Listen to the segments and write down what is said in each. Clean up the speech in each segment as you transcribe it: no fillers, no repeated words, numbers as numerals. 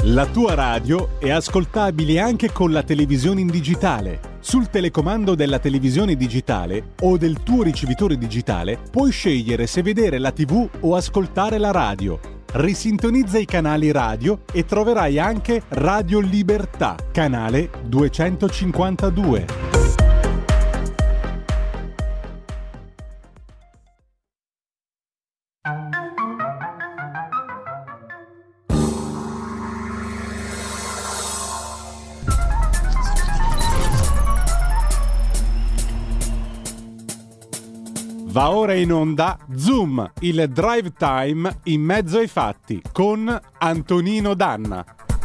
La tua radio è ascoltabile anche con la televisione in digitale. Sul telecomando della televisione digitale o del tuo ricevitore digitale puoi scegliere se vedere la TV o ascoltare la radio. Risintonizza i canali radio e troverai anche Radio Libertà, canale 252. Va ora in onda Zoom, il drive time in mezzo ai fatti con Antonino Danna.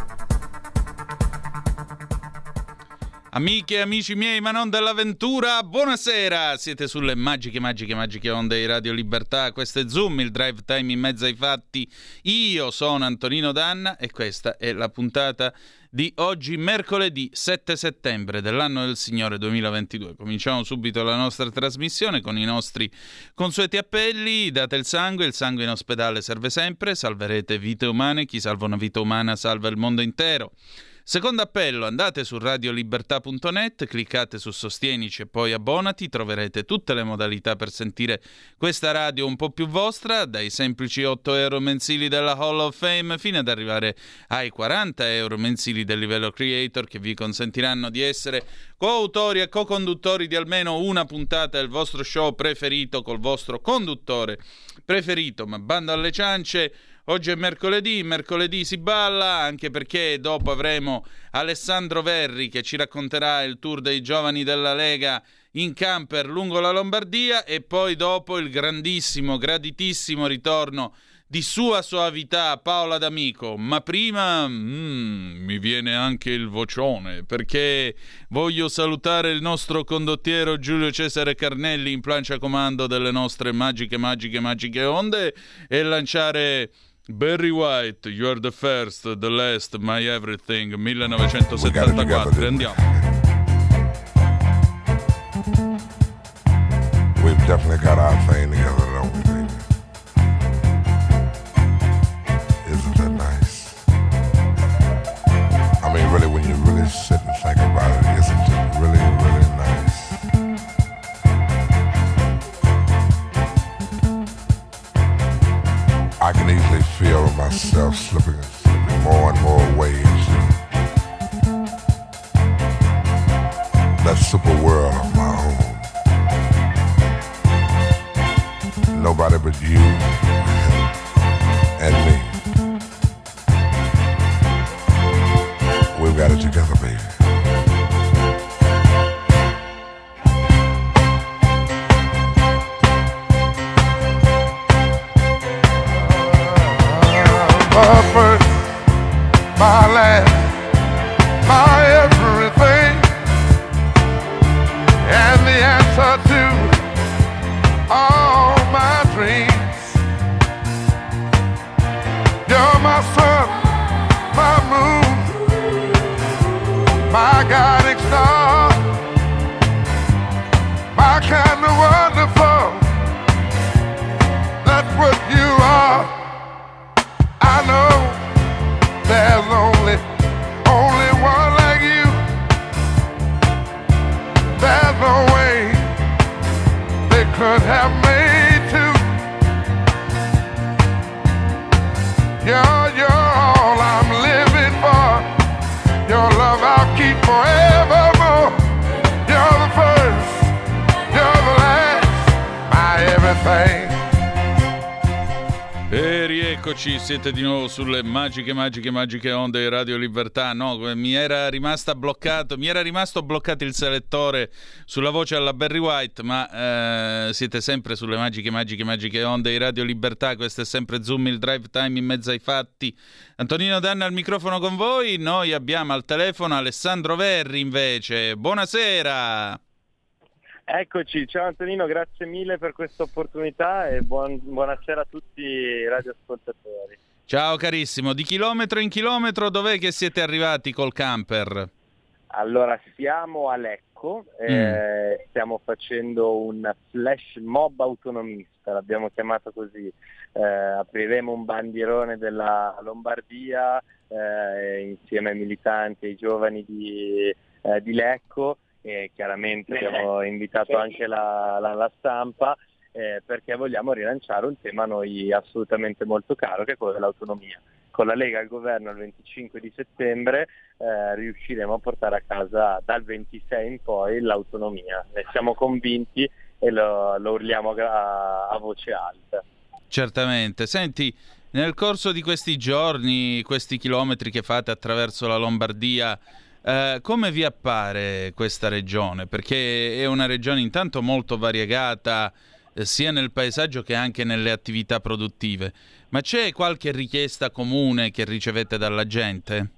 Amiche e amici miei, ma non dell'avventura, buonasera! Siete sulle magiche onde di Radio Libertà. Questo è Zoom, il drive time in mezzo ai fatti. Io sono Antonino Danna e questa è la puntata di oggi, mercoledì 7 settembre dell'anno del Signore 2022. Cominciamo subito la nostra trasmissione con i nostri consueti appelli. Date il sangue in ospedale serve sempre, salverete vite umane, chi salva una vita umana salva il mondo intero. Secondo appello, andate su radiolibertà.net, cliccate su Sostienici e poi abbonati, troverete tutte le modalità per sentire questa radio un po' più vostra, dai semplici 8 euro mensili della Hall of Fame fino ad arrivare ai 40 euro mensili del livello Creator, che vi consentiranno di essere coautori e co-conduttori di almeno una puntata del vostro show preferito col vostro conduttore preferito. Ma bando alle ciance. Oggi è mercoledì si balla, anche perché dopo avremo Alessandro Verri che ci racconterà il tour dei giovani della Lega in camper lungo la Lombardia, e poi dopo il grandissimo, graditissimo ritorno di Sua Soavità Paola D'Amico. Ma prima mi viene anche il vocione, perché voglio salutare il nostro condottiero Giulio Cesare Carnelli in plancia comando delle nostre magiche onde e lanciare Barry White, You Are the First, The Last, My Everything, 1974. Andiamo. We've definitely got our thing together, don't we, baby? Isn't that nice? I mean, really, when you really sit and think about it, isn't it really, really nice? I can easily feel myself slipping more and more waves. That super world of my own. Nobody but you and me. We've got it together, baby. My first, my last, my everything, and the answer to all my dreams. You're my sun, my moon, my guiding star, my kind of wonderful. That's what you are. I know there's only one like you. There's no way they could have made two. You're all I'm living for. Your love I'll keep forevermore. You're the first, you're the last, my everything. E rieccoci, siete di nuovo sulle magiche onde di Radio Libertà. No, mi era rimasto bloccato il selettore sulla voce alla Barry White, ma siete sempre sulle magiche onde di Radio Libertà. Questo è sempre Zoom, il drive time in mezzo ai fatti. Antonino Danna al microfono con voi. Noi abbiamo al telefono Alessandro Verri invece. Buonasera. Eccoci, ciao Antonino, grazie mille per questa opportunità e buonasera a tutti i radioascoltatori. Ciao carissimo, di chilometro in chilometro dov'è che siete arrivati col camper? Allora, siamo a Lecco, Lecco, stiamo facendo un flash mob autonomista, l'abbiamo chiamato così. Apriremo un bandierone della Lombardia insieme ai militanti e ai giovani di Lecco, e chiaramente abbiamo invitato anche la stampa, perché vogliamo rilanciare un tema a noi assolutamente molto caro, che è quello dell'autonomia. Con la Lega al governo il 25 di settembre riusciremo a portare a casa dal 26 in poi l'autonomia. Ne siamo convinti e lo urliamo a voce alta. Certamente. Senti, nel corso di questi giorni, questi chilometri che fate attraverso la Lombardia, come vi appare questa regione? Perché è una regione intanto molto variegata, sia nel paesaggio che anche nelle attività produttive. Ma c'è qualche richiesta comune che ricevete dalla gente?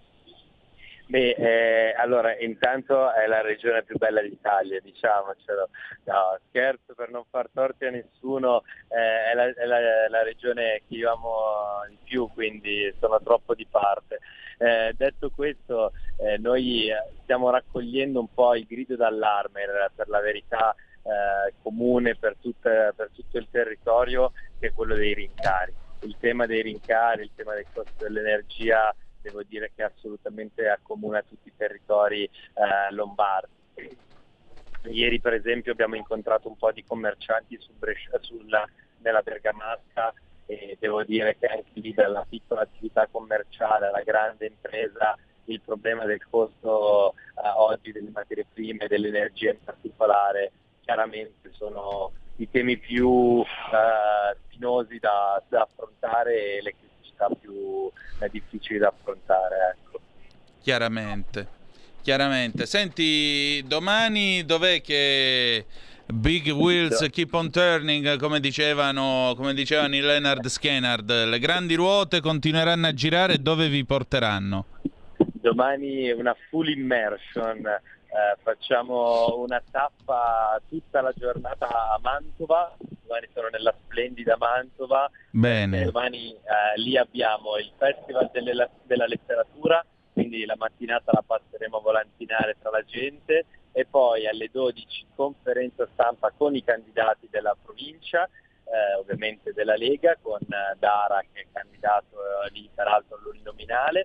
Allora, intanto è la regione più bella d'Italia, diciamocelo. No, scherzo, per non far torti a nessuno, è la regione che io amo di più, quindi sono troppo di parte. Detto questo, noi stiamo raccogliendo un po' il grido d'allarme, per la verità, comune per tutto il territorio, che è quello dei rincari. Il tema dei rincari, il tema del costo dell'energia, devo dire che assolutamente accomuna tutti i territori lombardi. Ieri per esempio abbiamo incontrato un po' di commercianti nella Bergamasca, e devo dire che anche lì, dalla piccola attività commerciale alla grande impresa, il problema del costo oggi delle materie prime e dell'energia in particolare chiaramente sono i temi più spinosi da affrontare, e le criticità più difficili da affrontare, ecco. Chiaramente. Senti, domani dov'è che Big Wheels Keep on Turning, come dicevano i Leonard Skinner, le grandi ruote continueranno a girare, dove vi porteranno? Domani una full immersion, facciamo una tappa tutta la giornata a Mantova. Domani sono nella splendida Mantova. Bene. Domani lì abbiamo il Festival della letteratura, quindi la mattinata la passeremo a volantinare tra la gente, e poi alle 12 conferenza stampa con i candidati della provincia, ovviamente della Lega, con Dara che è candidato lì peraltro all'uninominale,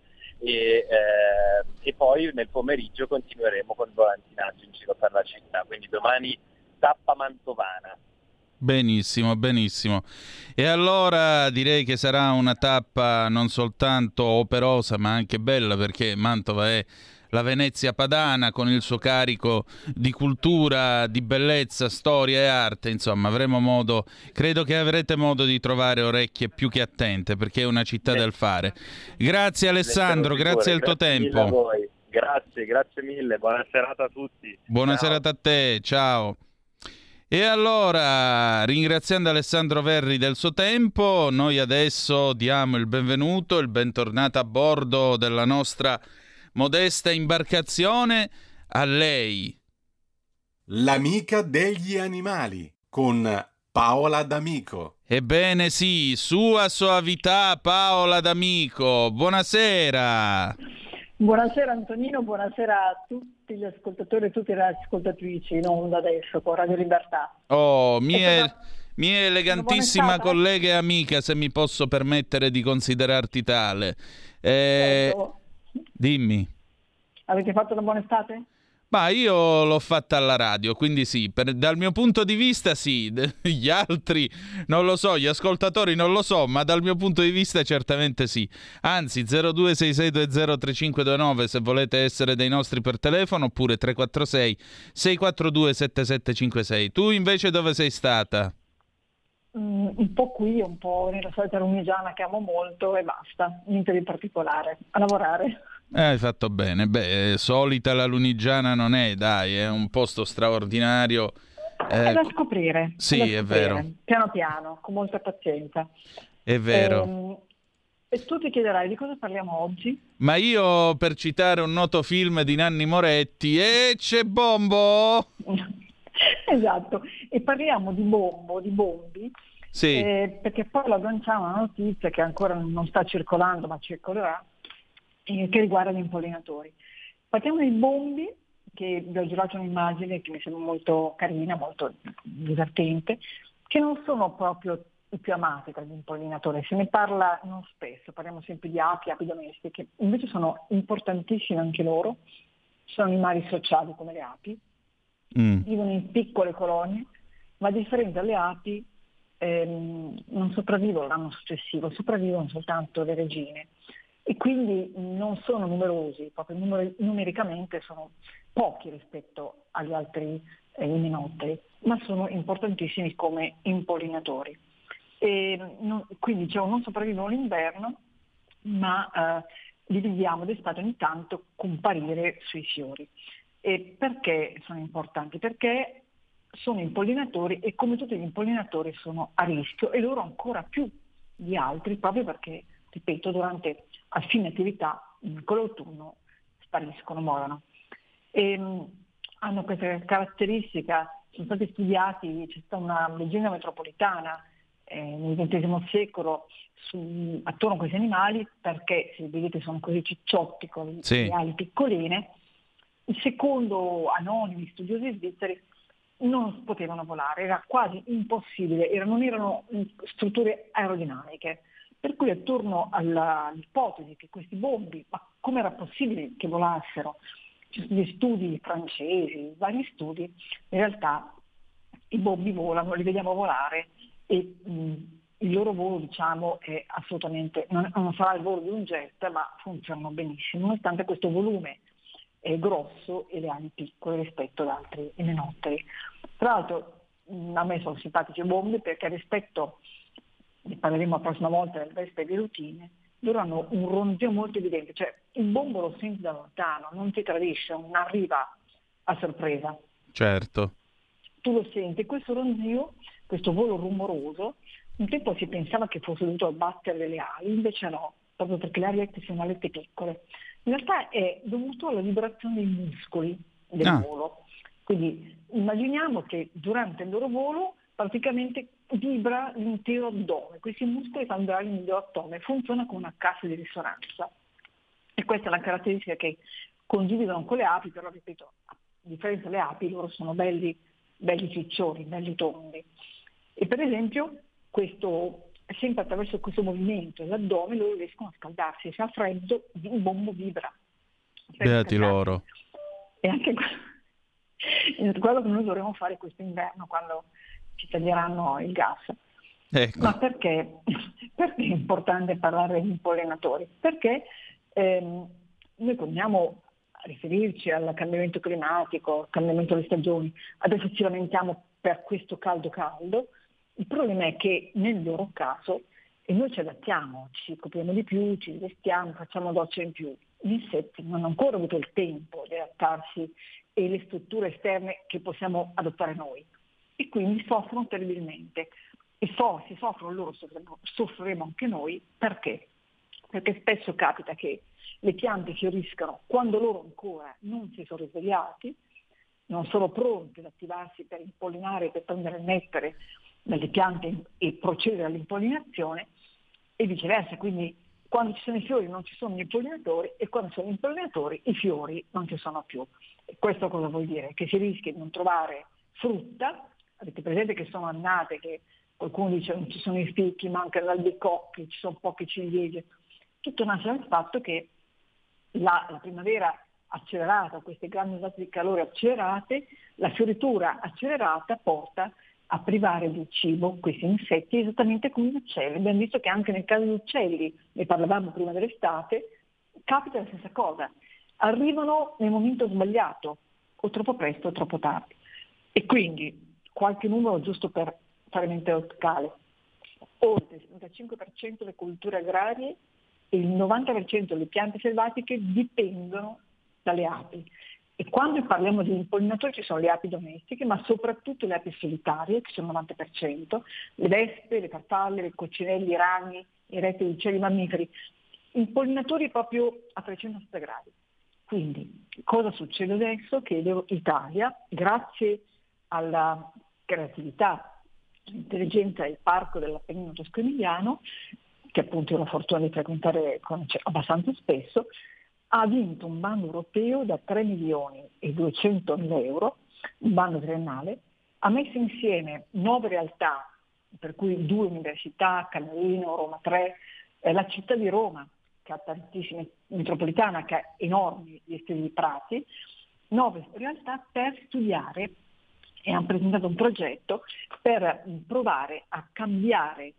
e poi nel pomeriggio continueremo con il volantinaggio in giro per la città, quindi domani tappa mantovana. Benissimo. E allora direi che sarà una tappa non soltanto operosa ma anche bella, perché Mantova è la Venezia padana, con il suo carico di cultura, di bellezza, storia e arte. Insomma, credo che avrete modo di trovare orecchie più che attente, perché è una città del fare. Grazie Alessandro, grazie al tuo tempo. A voi. Grazie mille, buona serata a tutti. Buona serata a te, ciao. E allora, ringraziando Alessandro Verri del suo tempo, noi adesso diamo il benvenuto, il bentornato a bordo della nostra modesta imbarcazione a lei. L'amica degli animali, con Paola D'Amico. Ebbene sì, sua soavità Paola D'Amico, buonasera. Buonasera Antonino, buonasera a tutti gli ascoltatori e tutte le ascoltatrici in onda adesso con Radio Libertà. Oh, mia elegantissima collega e amica, se mi posso permettere di considerarti tale. Dimmi. Avete fatto una buona estate? Ma io l'ho fatta alla radio, quindi sì, dal mio punto di vista sì, gli altri non lo so, gli ascoltatori non lo so, ma dal mio punto di vista certamente sì. Anzi, 0266203529 se volete essere dei nostri per telefono, oppure 346 642 7756. Tu invece dove sei stata? Un po' qui, un po' nella solita Lunigiana che amo molto, e basta, niente di particolare, a lavorare. Hai fatto bene. Solita la Lunigiana non è, dai, è un posto straordinario. È da scoprire. Sì, è vero. Piano piano, con molta pazienza. È vero. E tu ti chiederai di cosa parliamo oggi? Ma io, per citare un noto film di Nanni Moretti, c'è Bombo! Esatto, e parliamo di bombi, sì. Perché poi lo agganciamo a una notizia che ancora non sta circolando, ma circolerà, che riguarda gli impollinatori. Parliamo dei bombi che vi ho girato un'immagine che mi sembra molto carina, molto divertente, che non sono proprio i più amati tra gli impollinatori. Se ne parla non spesso, parliamo sempre di api domestiche, invece sono importantissime anche loro, sono animali sociali come le api, vivono in piccole colonie, ma a differenza dalle api non sopravvivono l'anno successivo, sopravvivono soltanto le regine e quindi non sono numerosi, proprio numericamente sono pochi rispetto agli altri imenotteri, ma sono importantissimi come impollinatori. Quindi non sopravvivono l'inverno, ma li vediamo d'estate ogni tanto comparire sui fiori. E perché sono importanti? Perché sono impollinatori e come tutti gli impollinatori sono a rischio e loro ancora più di altri proprio perché, ripeto, durante a fine attività con l'autunno spariscono, morono. Hanno questa caratteristica, sono stati studiati, c'è stata una leggenda metropolitana nel XX secolo attorno a questi animali perché, se vedete, sono così cicciotti con le ali piccoline. Secondo anonimi studiosi svizzeri non potevano volare, era quasi impossibile, non erano strutture aerodinamiche, per cui attorno all'ipotesi che questi bombi, ma come era possibile che volassero? Ci sono degli studi francesi, vari studi, in realtà i bombi volano, li vediamo volare e il loro volo, diciamo, è assolutamente, non sarà il volo di un jet, ma funzionano benissimo, nonostante questo volume è grosso e le ali piccole rispetto ad altri imenotteri. Tra l'altro a me sono simpatici i bombi perché rispetto, ne parleremo la prossima volta, delle vespe velutine, loro hanno un ronzio molto evidente, cioè il bombo lo senti da lontano, non ti tradisce, non arriva a sorpresa. Certo. Tu lo senti, questo ronzio, questo volo rumoroso, un tempo si pensava che fosse dovuto abbattere le ali, invece no, proprio perché le alette sono alette piccole. In realtà è dovuto alla vibrazione dei muscoli del volo. Quindi immaginiamo che durante il loro volo praticamente vibra l'intero addome. Questi muscoli fanno vibrare l'intero addome, funziona come una cassa di risonanza. E questa è la caratteristica che condividono con le api, però ripeto, a differenza delle api, loro sono belli ciccioni, belli tondi. E per esempio, sempre attraverso questo movimento dell'addome loro riescono a scaldarsi, se ha freddo il bombo vibra. Beati loro. E anche quello che noi dovremo fare questo inverno quando ci taglieranno il gas. Ecco. Ma perché è importante parlare di impollinatori? Perché noi continuiamo a riferirci al cambiamento climatico, al cambiamento delle stagioni, adesso ci lamentiamo per questo caldo, il problema è che nel loro caso noi ci adattiamo, ci copriamo di più, ci vestiamo, facciamo docce in più. Gli insetti non hanno ancora avuto il tempo di adattarsi e le strutture esterne che possiamo adottare noi e quindi soffrono terribilmente e se soffrono loro soffriremo anche noi. Perché? Perché spesso capita che le piante fioriscano quando loro ancora non si sono risvegliati, non sono pronti ad attivarsi per impollinare, per prendere il nettare dalle piante e procedere all'impollinazione e viceversa, quindi quando ci sono i fiori non ci sono gli impollinatori e quando ci sono gli impollinatori i fiori non ci sono più. E questo cosa vuol dire? Che si rischia di non trovare frutta. Avete presente che sono annate che qualcuno dice non ci sono i fichi, mancano gli albicocchi, ci sono pochi ciliegi. Tutto nasce dal fatto che la primavera accelerata, queste grandi ondate di calore accelerate, la fioritura accelerata porta a privare di cibo questi insetti esattamente come gli uccelli. Abbiamo visto che anche nel caso degli uccelli, ne parlavamo prima dell'estate, capita la stessa cosa. Arrivano nel momento sbagliato, o troppo presto o troppo tardi. E quindi, qualche numero giusto per fare mente locale, oltre il 75% delle culture agrarie e il 90% delle piante selvatiche dipendono dalle api. E quando parliamo di impollinatori ci sono le api domestiche, ma soprattutto le api solitarie, che sono il 90%, le vespe, le farfalle, i coccinelli, i ragni, i rettili, gli uccelli mammiferi, impollinatori proprio a 360 gradi. Quindi cosa succede adesso? Che l'Italia, grazie alla creatività, all'intelligenza del parco dell'Appennino tosco-emiliano, che appunto ho la fortuna di frequentare abbastanza spesso, ha vinto un bando europeo da 3.200.000 euro, un bando triennale, ha messo insieme 9 realtà, per cui 2 università, Camerino, Roma 3, la città di Roma, che ha tantissime, metropolitana, che ha enormi gli Esteri di Prati, 9 realtà per studiare, e hanno presentato un progetto per provare a cambiare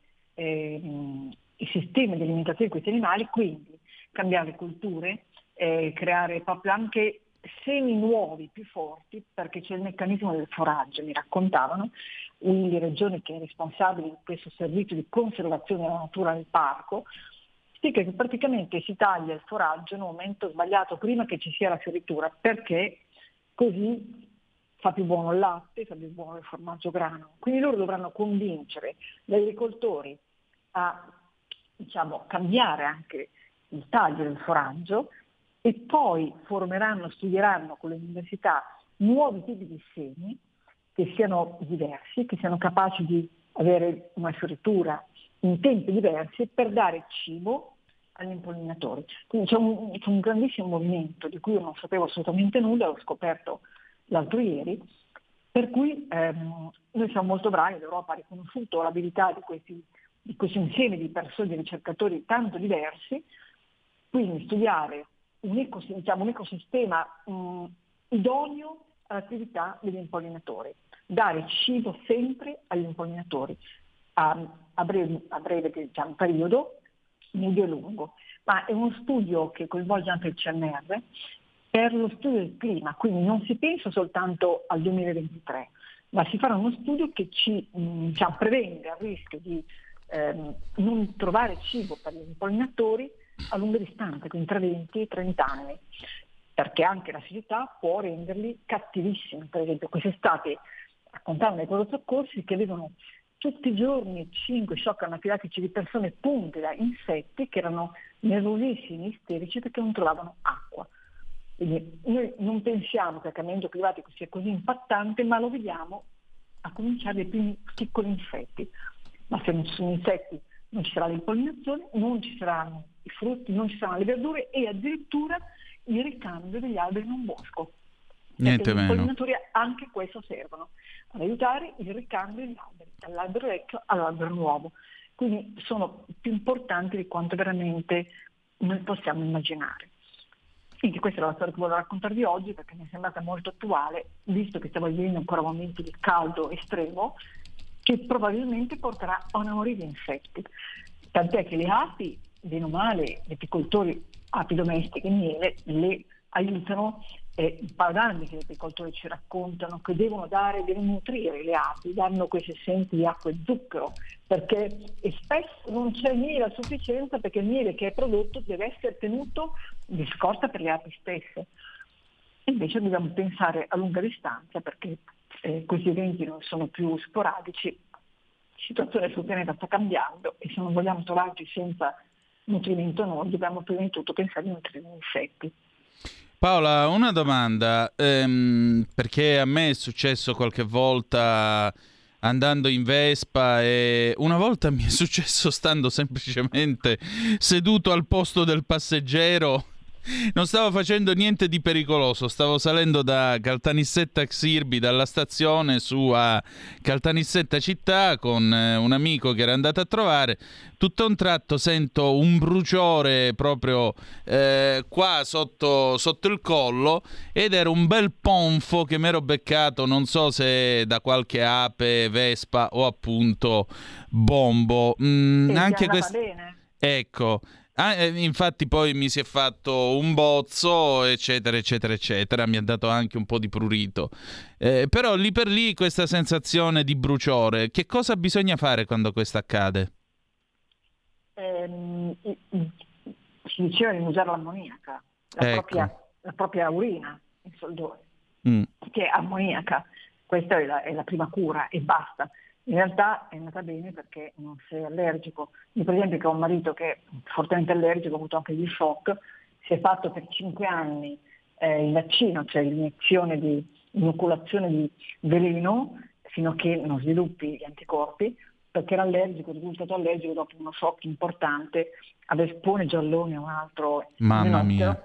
i sistemi di alimentazione di questi animali, quindi cambiare le culture, creare proprio anche semi nuovi più forti, perché c'è il meccanismo del foraggio, mi raccontavano, una di regione che è responsabile di questo servizio di conservazione della natura nel parco, spiega che praticamente si taglia il foraggio in un momento sbagliato, prima che ci sia la fioritura, perché così fa più buono il latte, fa più buono il formaggio grano. Quindi loro dovranno convincere gli agricoltori a, diciamo, cambiare anche il taglio del foraggio, e poi studieranno con le università nuovi tipi di semi che siano diversi, che siano capaci di avere una fioritura in tempi diversi per dare cibo agli impollinatori. Quindi c'è un grandissimo movimento di cui io non sapevo assolutamente nulla, l'ho scoperto l'altro ieri, per cui noi siamo molto bravi, l'Europa ha riconosciuto l'abilità di questo insieme di persone, di ricercatori tanto diversi, quindi studiare un ecosistema idoneo all'attività degli impollinatori, dare cibo sempre agli impollinatori a breve diciamo, periodo, medio e lungo, ma è uno studio che coinvolge anche il CNR per lo studio del clima, quindi non si pensa soltanto al 2023, ma si farà uno studio che ci prevenga il rischio di non trovare cibo per gli impollinatori a lunga distanza, quindi tra 20 e 30 anni, perché anche la siccità può renderli cattivissimi. Per esempio quest'estate raccontavano nei loro soccorsi che avevano tutti i giorni 5 shock anafilatici di persone punte da insetti che erano nervosissimi, isterici perché non trovavano acqua. Quindi noi non pensiamo che il cambiamento climatico sia così impattante, ma lo vediamo a cominciare dai primi piccoli insetti. Ma se non ci sono insetti non ci sarà l'impollinazione, non ci saranno i frutti, non ci saranno le verdure e addirittura il ricambio degli alberi in un bosco. Niente perché gli meno. impollinatori anche questo servono, ad aiutare il ricambio degli alberi, dall'albero vecchio all'albero nuovo. Quindi sono più importanti di quanto veramente noi possiamo immaginare. Quindi questa è la storia che volevo raccontarvi oggi, perché mi è sembrata molto attuale, visto che stiamo vivendo ancora momenti di caldo estremo, che probabilmente porterà a una marea di insetti. Tant'è che le api, bene o male, gli apicoltori, api domestiche, miele, le aiutano. Un paio d'anni che gli apicoltori ci raccontano che devono nutrire le api, danno questi essenze di acqua e zucchero, perché spesso non c'è miele a sufficienza, perché il miele che è prodotto deve essere tenuto di scorta per le api stesse. Invece dobbiamo pensare a lunga distanza, perché questi eventi non sono più sporadici, la situazione sul pianeta sta cambiando e se non vogliamo trovarci senza nutrimento noi dobbiamo prima di tutto pensare a nutrire gli insetti. Paola, una domanda, perché a me è successo qualche volta andando in Vespa e una volta mi è successo stando semplicemente seduto al posto del passeggero. Non stavo facendo niente di pericoloso, stavo salendo da Caltanissetta Xirbi, dalla stazione su a Caltanissetta città con un amico che era andato a trovare. Tutto a un tratto sento un bruciore proprio qua sotto il collo, ed era un bel ponfo che mi ero beccato, non so se da qualche ape, vespa o appunto bombo. Anche questo. Ecco. Infatti poi mi si è fatto un bozzo, eccetera eccetera eccetera, mi ha dato anche un po' di prurito, però lì per lì questa sensazione di bruciore, che cosa bisogna fare quando questo accade? Si diceva di usare l'ammoniaca, la propria urina in soldoni, che è ammoniaca, questa è la prima cura e basta. In realtà è andata bene perché non sei allergico. Io per esempio, che ho un marito che è fortemente allergico, ha avuto anche gli shock, si è fatto per 5 anni il vaccino, cioè l'iniezione di inoculazione di veleno, fino a che non sviluppi gli anticorpi, perché era allergico, è risultato allergico dopo uno shock importante, aveva spone giallone o un altro Mamma mia.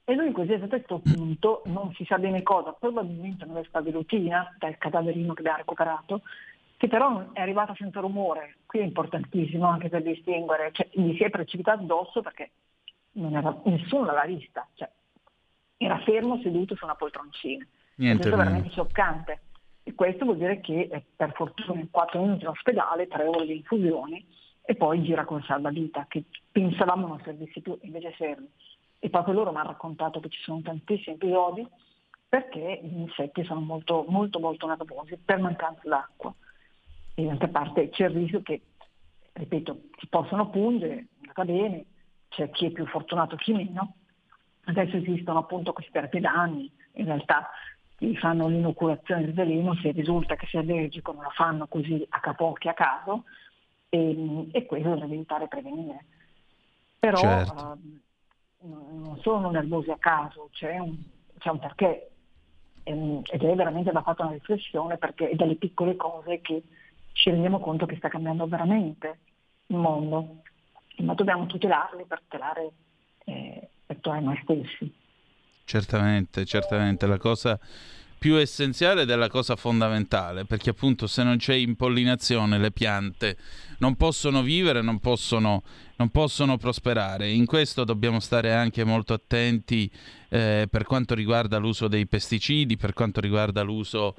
E lui in questo esatto punto, non si sa bene cosa, probabilmente una vespa velutina dal cadaverino che abbiamo recuperato, che però è arrivata senza rumore. Qui è importantissimo anche per distinguere, cioè gli si è precipitato addosso perché nessuno l'aveva vista, cioè era fermo seduto su una poltroncina. Niente, è veramente scioccante. E questo vuol dire che per fortuna in 4 minuti in ospedale, 3 ore di infusioni e poi gira col salvavita, che pensavamo non servisse più, invece serve. E proprio loro mi hanno raccontato che ci sono tantissimi episodi perché gli insetti sono molto molto molto nervosi per mancanza d'acqua. E d'altra parte c'è il rischio che, ripeto, si possono pungere, va bene, c'è chi è più fortunato chi meno. Adesso esistono appunto queste terapie da anni, in realtà gli fanno l'inoculazione del veleno, se risulta che sia allergico non la fanno così a capocchia a caso e questo deve aiutare a prevenire. Però certo. Non sono nervosi a caso, c'è un perché ed è veramente da fare una riflessione, perché è dalle piccole cose che ci rendiamo conto che sta cambiando veramente il mondo, ma dobbiamo tutelarli per tutelare noi stessi. Certamente, la cosa più essenziale ed è la cosa fondamentale, perché appunto se non c'è impollinazione le piante non possono vivere, non possono prosperare. In questo dobbiamo stare anche molto attenti per quanto riguarda l'uso dei pesticidi, per quanto riguarda l'uso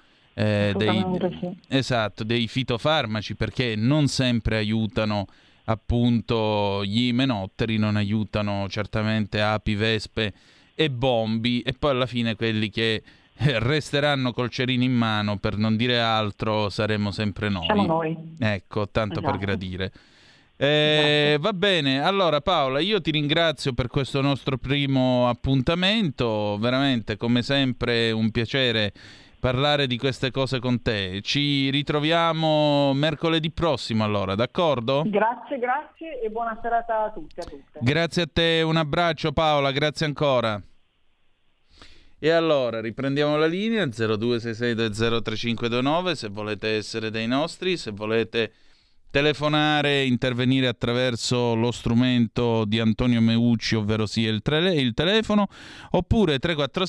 dei fitofarmaci, perché non sempre aiutano appunto gli imenotteri, non aiutano certamente api, vespe e bombi, e poi alla fine quelli che resteranno col cerino in mano, per non dire altro, saremo sempre noi. Siamo noi. Ecco, tanto Esatto. per gradire. Va bene, allora Paola, io ti ringrazio per questo nostro primo appuntamento, veramente come sempre un piacere parlare di queste cose con te. Ci ritroviamo mercoledì prossimo allora, d'accordo? Grazie e buona serata a tutti e a tutte. Grazie a te, un abbraccio Paola, grazie ancora. E allora riprendiamo la linea 0266203529 se volete essere dei nostri, se volete telefonare, intervenire attraverso lo strumento di Antonio Meucci, ovvero sia il telefono, oppure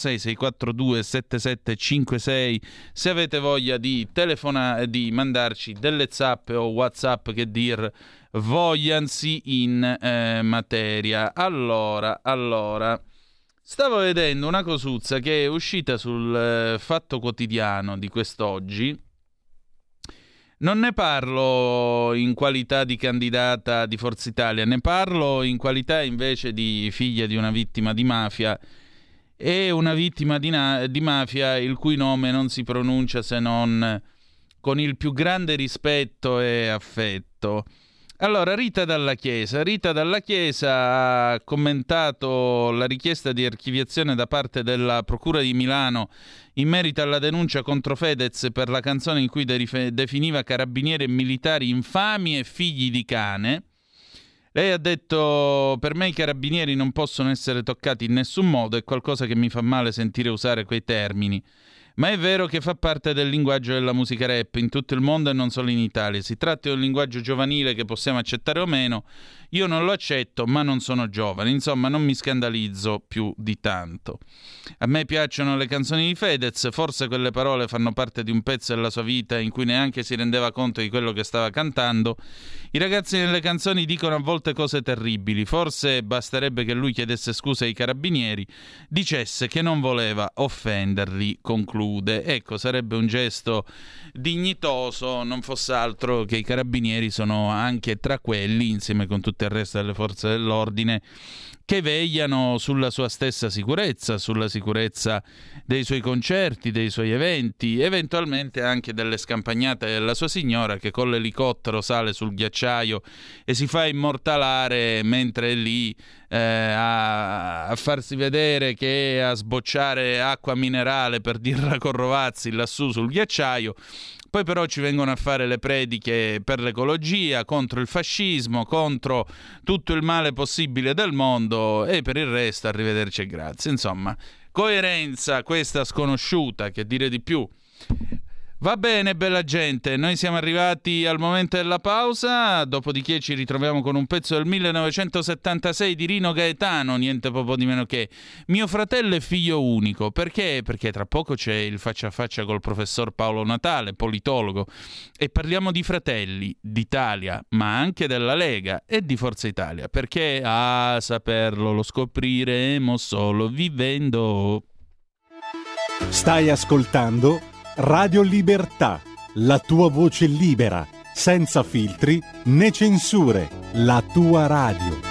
346-642-7756 se avete voglia di telefonare, di mandarci delle zappe o WhatsApp che dir vogliansi in materia. Allora, stavo vedendo una cosuzza che è uscita sul Fatto Quotidiano di quest'oggi. Non ne parlo in qualità di candidata di Forza Italia, ne parlo in qualità invece di figlia di una vittima di mafia, e una vittima di mafia il cui nome non si pronuncia se non con il più grande rispetto e affetto. Allora, Rita Dalla Chiesa ha commentato la richiesta di archiviazione da parte della Procura di Milano in merito alla denuncia contro Fedez per la canzone in cui definiva carabinieri e militari infami e figli di cane. Lei ha detto: per me i carabinieri non possono essere toccati in nessun modo, è qualcosa che mi fa male sentire usare quei termini. Ma è vero che fa parte del linguaggio della musica rap in tutto il mondo e non solo in Italia. Si tratta di un linguaggio giovanile che possiamo accettare o meno. Io non lo accetto, ma non sono giovane. Insomma, non mi scandalizzo più di tanto. A me piacciono le canzoni di Fedez, forse quelle parole fanno parte di un pezzo della sua vita in cui neanche si rendeva conto di quello che stava cantando. I ragazzi nelle canzoni dicono a volte cose terribili, forse basterebbe che lui chiedesse scusa ai carabinieri, dicesse che non voleva offenderli, conclude. Ecco, sarebbe un gesto dignitoso, non fosse altro che i carabinieri sono anche tra quelli, insieme con tutto il resto delle forze dell'ordine, che vegliano sulla sua stessa sicurezza, sulla sicurezza dei suoi concerti, dei suoi eventi, eventualmente anche delle scampagnate della sua signora, che con l'elicottero sale sul ghiacciaio e si fa immortalare mentre è lì a farsi vedere che è a sbocciare acqua minerale, per dirla con Rovazzi, lassù sul ghiacciaio. Poi però ci vengono a fare le prediche per l'ecologia, contro il fascismo, contro tutto il male possibile del mondo, e per il resto arrivederci e grazie. Insomma, coerenza questa sconosciuta, che dire di più. Va bene, bella gente, noi siamo arrivati al momento della pausa, dopodiché ci ritroviamo con un pezzo del 1976 di Rino Gaetano, niente proprio di meno che Mio fratello è figlio unico. Perché? Perché tra poco c'è il faccia a faccia col professor Paolo Natale, politologo, e parliamo di fratelli, d'Italia, ma anche della Lega e di Forza Italia, perché a saperlo lo scopriremo solo vivendo. Stai ascoltando Radio Libertà, la tua voce libera, senza filtri né censure, la tua radio.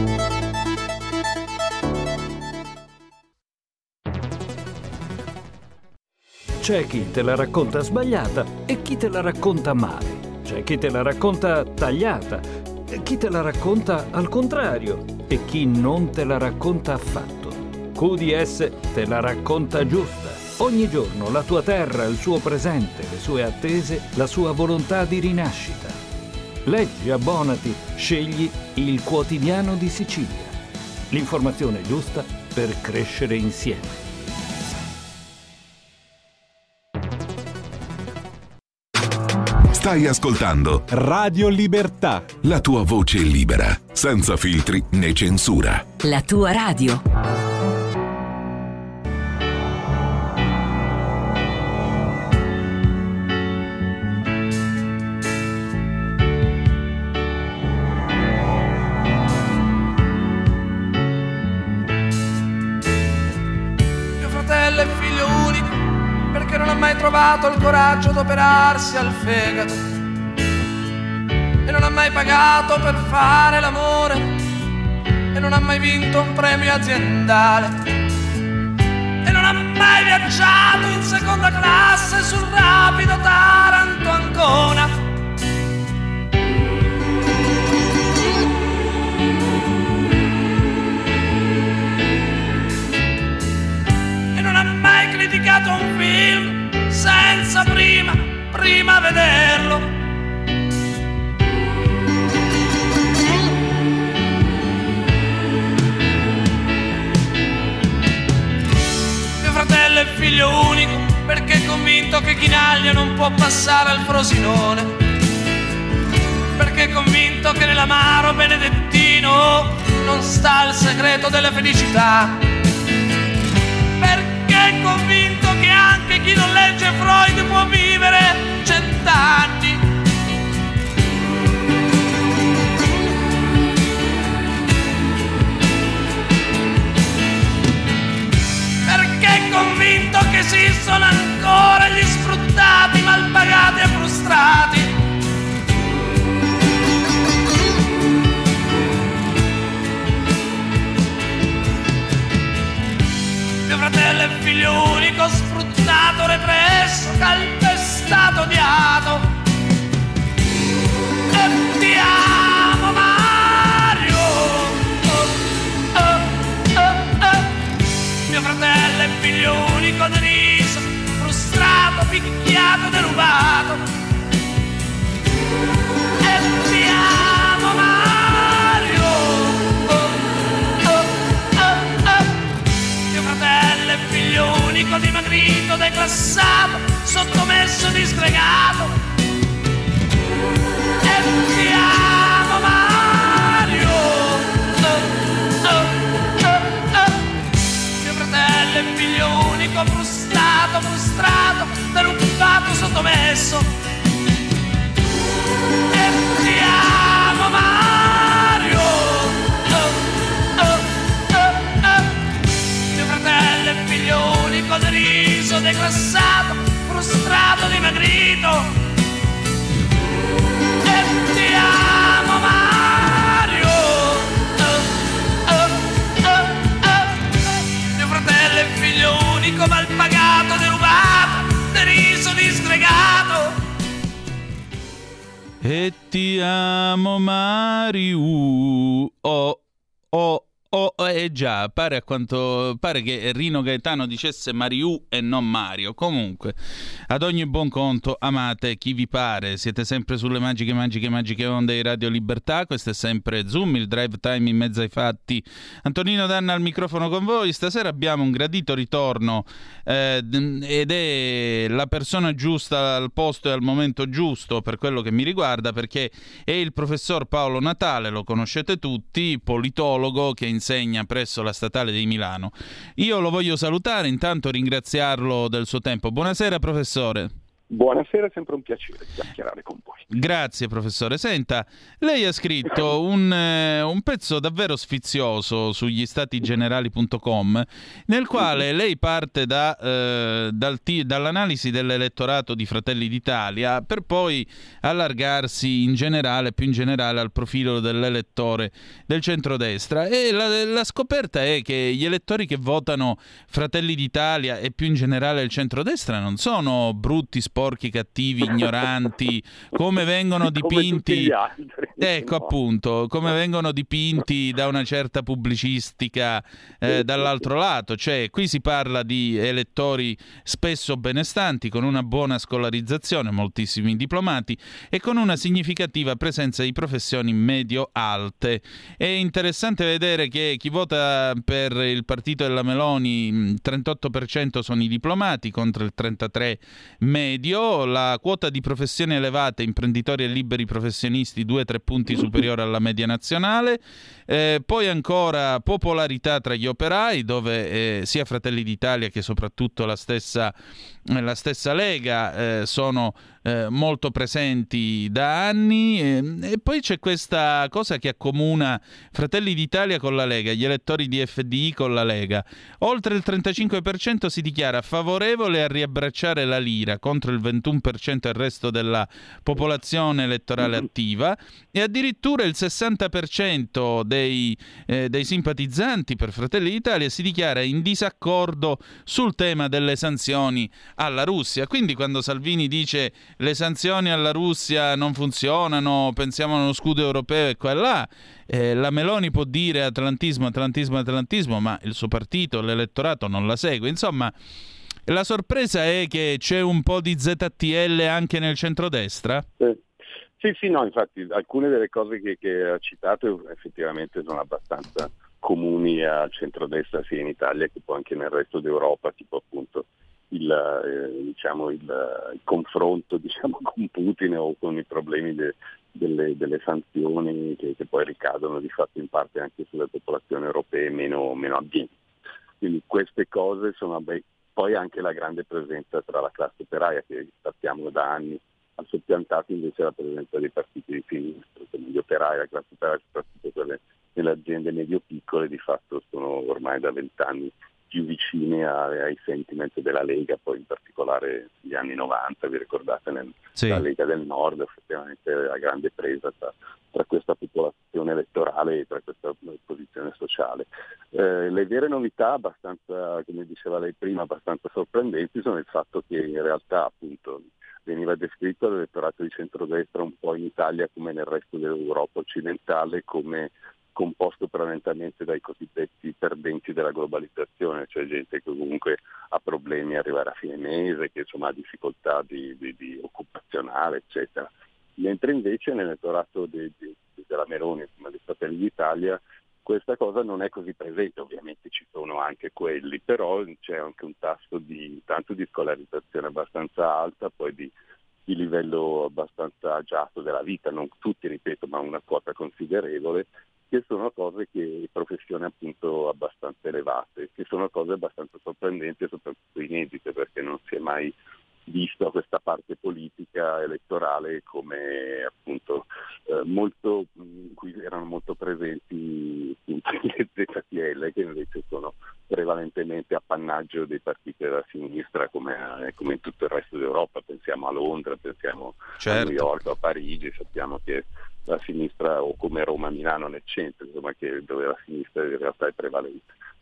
C'è chi te la racconta sbagliata e chi te la racconta male. C'è chi te la racconta tagliata e chi te la racconta al contrario e chi non te la racconta affatto. QDS te la racconta giusta. Ogni giorno la tua terra, il suo presente, le sue attese, la sua volontà di rinascita. Leggi, abbonati, scegli il Quotidiano di Sicilia. L'informazione giusta per crescere insieme. Stai ascoltando Radio Libertà, la tua voce libera, senza filtri né censura. La tua radio. Trovato il coraggio d'operarsi al fegato e non ha mai pagato per fare l'amore e non ha mai vinto un premio aziendale e non ha mai viaggiato in seconda classe sul rapido Taranto-Ancona e non ha mai criticato un film senza prima vederlo. Mio fratello è figlio unico perché è convinto che Chinaglia non può passare al Frosinone, perché è convinto che nell'amaro benedettino non sta il segreto della felicità, perché è convinto che anche chi non legge Freud può vivere 100 anni. Perché è convinto che esistono ancora gli sfruttati, malpagati e frustrati. Mio fratello è figlio unico, sfruttato, represso, calpestato, odiato. E ti amo Mario. Mio fratello è figlio unico, deriso, frustrato, picchiato, derubato. E ti amo Mario. Mio fratello è figlio unico, dimagrito, declassato, sottomesso, disgregato. E ti amo Mario. Mio fratello è figlio unico, frustrato, derubato, sottomesso. E ti amo Mario. Mio fratello è figlio unico, deriso, declassato, frustrato, dimagrito. E ti amo Mario. Mio fratello è figlio unico, malpagato, derubato, deriso, disgregato. E ti amo Mario. Oh, oh, Già, pare che Rino Gaetano dicesse Mariù e non Mario. Comunque, ad ogni buon conto, amate chi vi pare. Siete sempre sulle magiche onde di Radio Libertà. Questo è sempre Zoom, il drive time in mezzo ai fatti. Antonino Danna al microfono con voi. Stasera abbiamo un gradito ritorno ed è la persona giusta al posto e al momento giusto per quello che mi riguarda, perché è il professor Paolo Natale, lo conoscete tutti, politologo che insegna presso la Statale di Milano. Io lo voglio salutare, intanto ringraziarlo del suo tempo. Buonasera professore. Buonasera, è sempre un piacere chiacchierare con voi. Grazie professore. Senta, lei ha scritto un pezzo davvero sfizioso sugli statigenerali.com nel quale lei parte dall'analisi dell'elettorato di Fratelli d'Italia per poi allargarsi più in generale al profilo dell'elettore del centrodestra, e la scoperta è che gli elettori che votano Fratelli d'Italia e più in generale il centrodestra non sono brutti, sporchi, cattivi, ignoranti, come vengono dipinti, ecco appunto, come vengono dipinti da una certa pubblicistica dall'altro lato. Cioè, qui si parla di elettori spesso benestanti, con una buona scolarizzazione, moltissimi diplomati, e con una significativa presenza di professioni medio-alte. È interessante vedere che chi vota per il partito della Meloni, 38% sono i diplomati contro il 33% medio. La quota di professioni elevate, imprenditori e liberi professionisti 2-3 punti superiore alla media nazionale. Poi ancora popolarità tra gli operai, dove sia Fratelli d'Italia che soprattutto la stessa Lega sono molto presenti da anni, e poi c'è questa cosa che accomuna Fratelli d'Italia con la Lega, gli elettori di FDI con la Lega. Oltre il 35% si dichiara favorevole a riabbracciare la lira, contro il 21% del resto della popolazione elettorale attiva, e addirittura il 60% dei simpatizzanti per Fratelli d'Italia si dichiara in disaccordo sul tema delle sanzioni alla Russia. Quindi quando Salvini dice le sanzioni alla Russia non funzionano, pensiamo a uno scudo europeo e qua e là, la Meloni può dire atlantismo, ma il suo partito, l'elettorato non la segue. Insomma, la sorpresa è che c'è un po' di ZTL anche nel centrodestra? Sì, no, infatti alcune delle cose che ha citato effettivamente sono abbastanza comuni al centrodestra, sia in Italia che poi anche nel resto d'Europa, tipo appunto il confronto con Putin o con i problemi delle sanzioni che poi ricadono di fatto in parte anche sulle popolazioni europee meno abbienti. Quindi queste cose sono, poi anche la grande presenza tra la classe operaia, che sappiamo da anni ha soppiantato invece la presenza dei partiti di sinistra, come gli operai, la classe operaia, soprattutto quelle nelle aziende medio-piccole, di fatto sono ormai da 20 anni più vicine ai sentiment della Lega, poi in particolare negli anni 90, vi ricordate, la Lega del Nord, effettivamente la grande presa tra questa popolazione elettorale e tra questa posizione sociale. Le vere novità, abbastanza, come diceva lei prima, abbastanza sorprendenti, sono il fatto che in realtà appunto veniva descritto l'elettorato di centrodestra un po' in Italia come nel resto dell'Europa occidentale, come composto prevalentemente dai cosiddetti perdenti della globalizzazione, cioè gente che comunque ha problemi a arrivare a fine mese, che insomma ha difficoltà di occupazionale, eccetera. Mentre invece nell'elettorato della Meloni, insomma, dei Fratelli d'Italia, questa cosa non è così presente. Ovviamente ci sono anche quelli, però c'è anche un tasso tanto di scolarizzazione abbastanza alta, poi di livello abbastanza agiato della vita, non tutti, ripeto, ma una quota considerevole, che sono cose professioni appunto abbastanza elevate, che sono cose abbastanza sorprendenti e soprattutto inedite, perché non si è mai visto questa parte politica elettorale come appunto molto, in cui erano molto presenti appunto, le ZTL, che invece sono prevalentemente appannaggio dei partiti della sinistra, come in tutto il resto d'Europa. Pensiamo a Londra, pensiamo a New York, a Parigi, sappiamo che la sinistra, o come Roma, Milano nel centro, insomma, dove la sinistra in realtà è prevalente.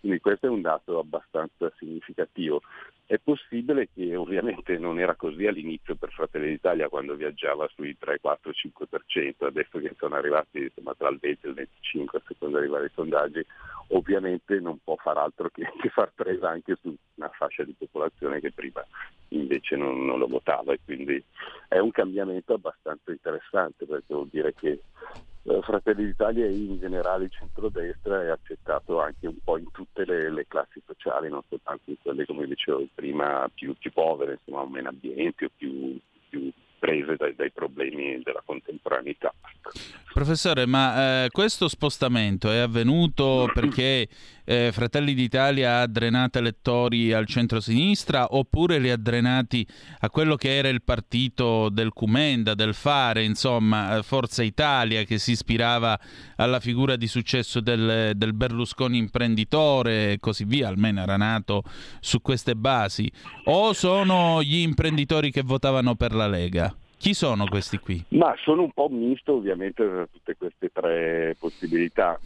Quindi questo è un dato abbastanza significativo. È possibile che ovviamente non era così all'inizio per Fratelli d'Italia, quando viaggiava sui 3, 4, 5%, adesso che sono arrivati insomma, tra il 20 e il 25% a seconda dei vari sondaggi, ovviamente non può far altro che far presa anche su una fascia di popolazione che prima invece non lo votava, e quindi è un cambiamento abbastanza interessante, perché vuol dire che Fratelli d'Italia e in generale il centrodestra è accettato anche un po' in tutte le classi sociali, non soltanto in quelle, come dicevo prima, più povere, insomma, meno abbienti o più prese dai problemi della contemporaneità. Professore, ma questo spostamento è avvenuto perché Fratelli d'Italia ha drenato elettori al centro-sinistra, oppure li ha drenati a quello che era il partito del Cumenda, del Fare, insomma Forza Italia, che si ispirava alla figura di successo del Berlusconi imprenditore e così via, almeno era nato su queste basi, o sono gli imprenditori che votavano per la Lega? Chi sono questi qui? Ma sono un po' misto ovviamente tra tutte queste tre possibilità,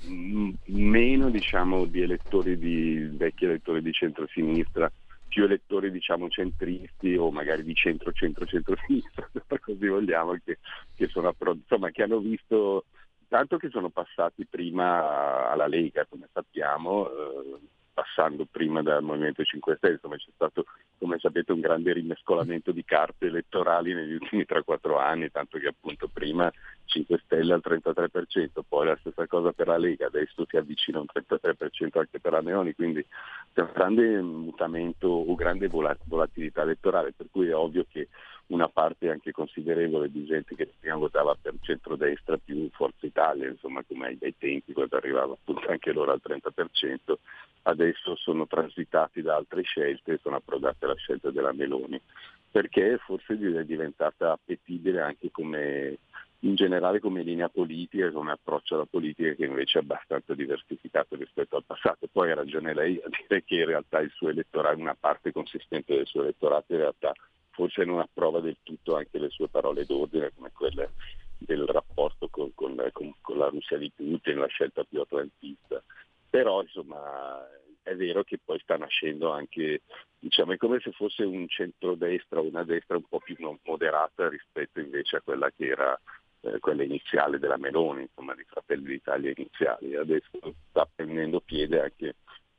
meno diciamo di vecchi elettori di centrosinistra, più elettori diciamo centristi o magari di centro-sinistra, per così vogliamo, che sono insomma che hanno visto, tanto che sono passati prima alla Lega, come sappiamo, passando prima dal Movimento 5 Stelle, insomma c'è stato, come sapete, un grande rimescolamento di carte elettorali negli ultimi 3-4 anni, tanto che appunto prima 5 Stelle al 33%, poi la stessa cosa per la Lega, adesso si avvicina a un 33% anche per la Meloni, quindi c'è un grande mutamento o grande volatilità elettorale, per cui è ovvio che una parte anche considerevole di gente che prima votava per centrodestra più Forza Italia, insomma come ai tempi quando arrivava appunto anche loro al 30%, adesso sono transitati da altre scelte e sono approdati alla scelta della Meloni, perché forse è diventata appetibile anche come in generale come linea politica, come approccio alla politica, che invece è abbastanza diversificato rispetto al passato. Poi ha ragione lei a dire che in realtà il suo elettorato, una parte consistente del suo elettorato in realtà forse non approva del tutto anche le sue parole d'ordine, come quelle del rapporto con la Russia di Putin, la scelta più atlantista. Però insomma è vero che poi sta nascendo anche, diciamo, è come se fosse un centrodestra o una destra un po' più moderata rispetto invece a quella che era quella iniziale della Meloni, insomma di Fratelli d'Italia iniziali. Adesso sta prendendo piede anche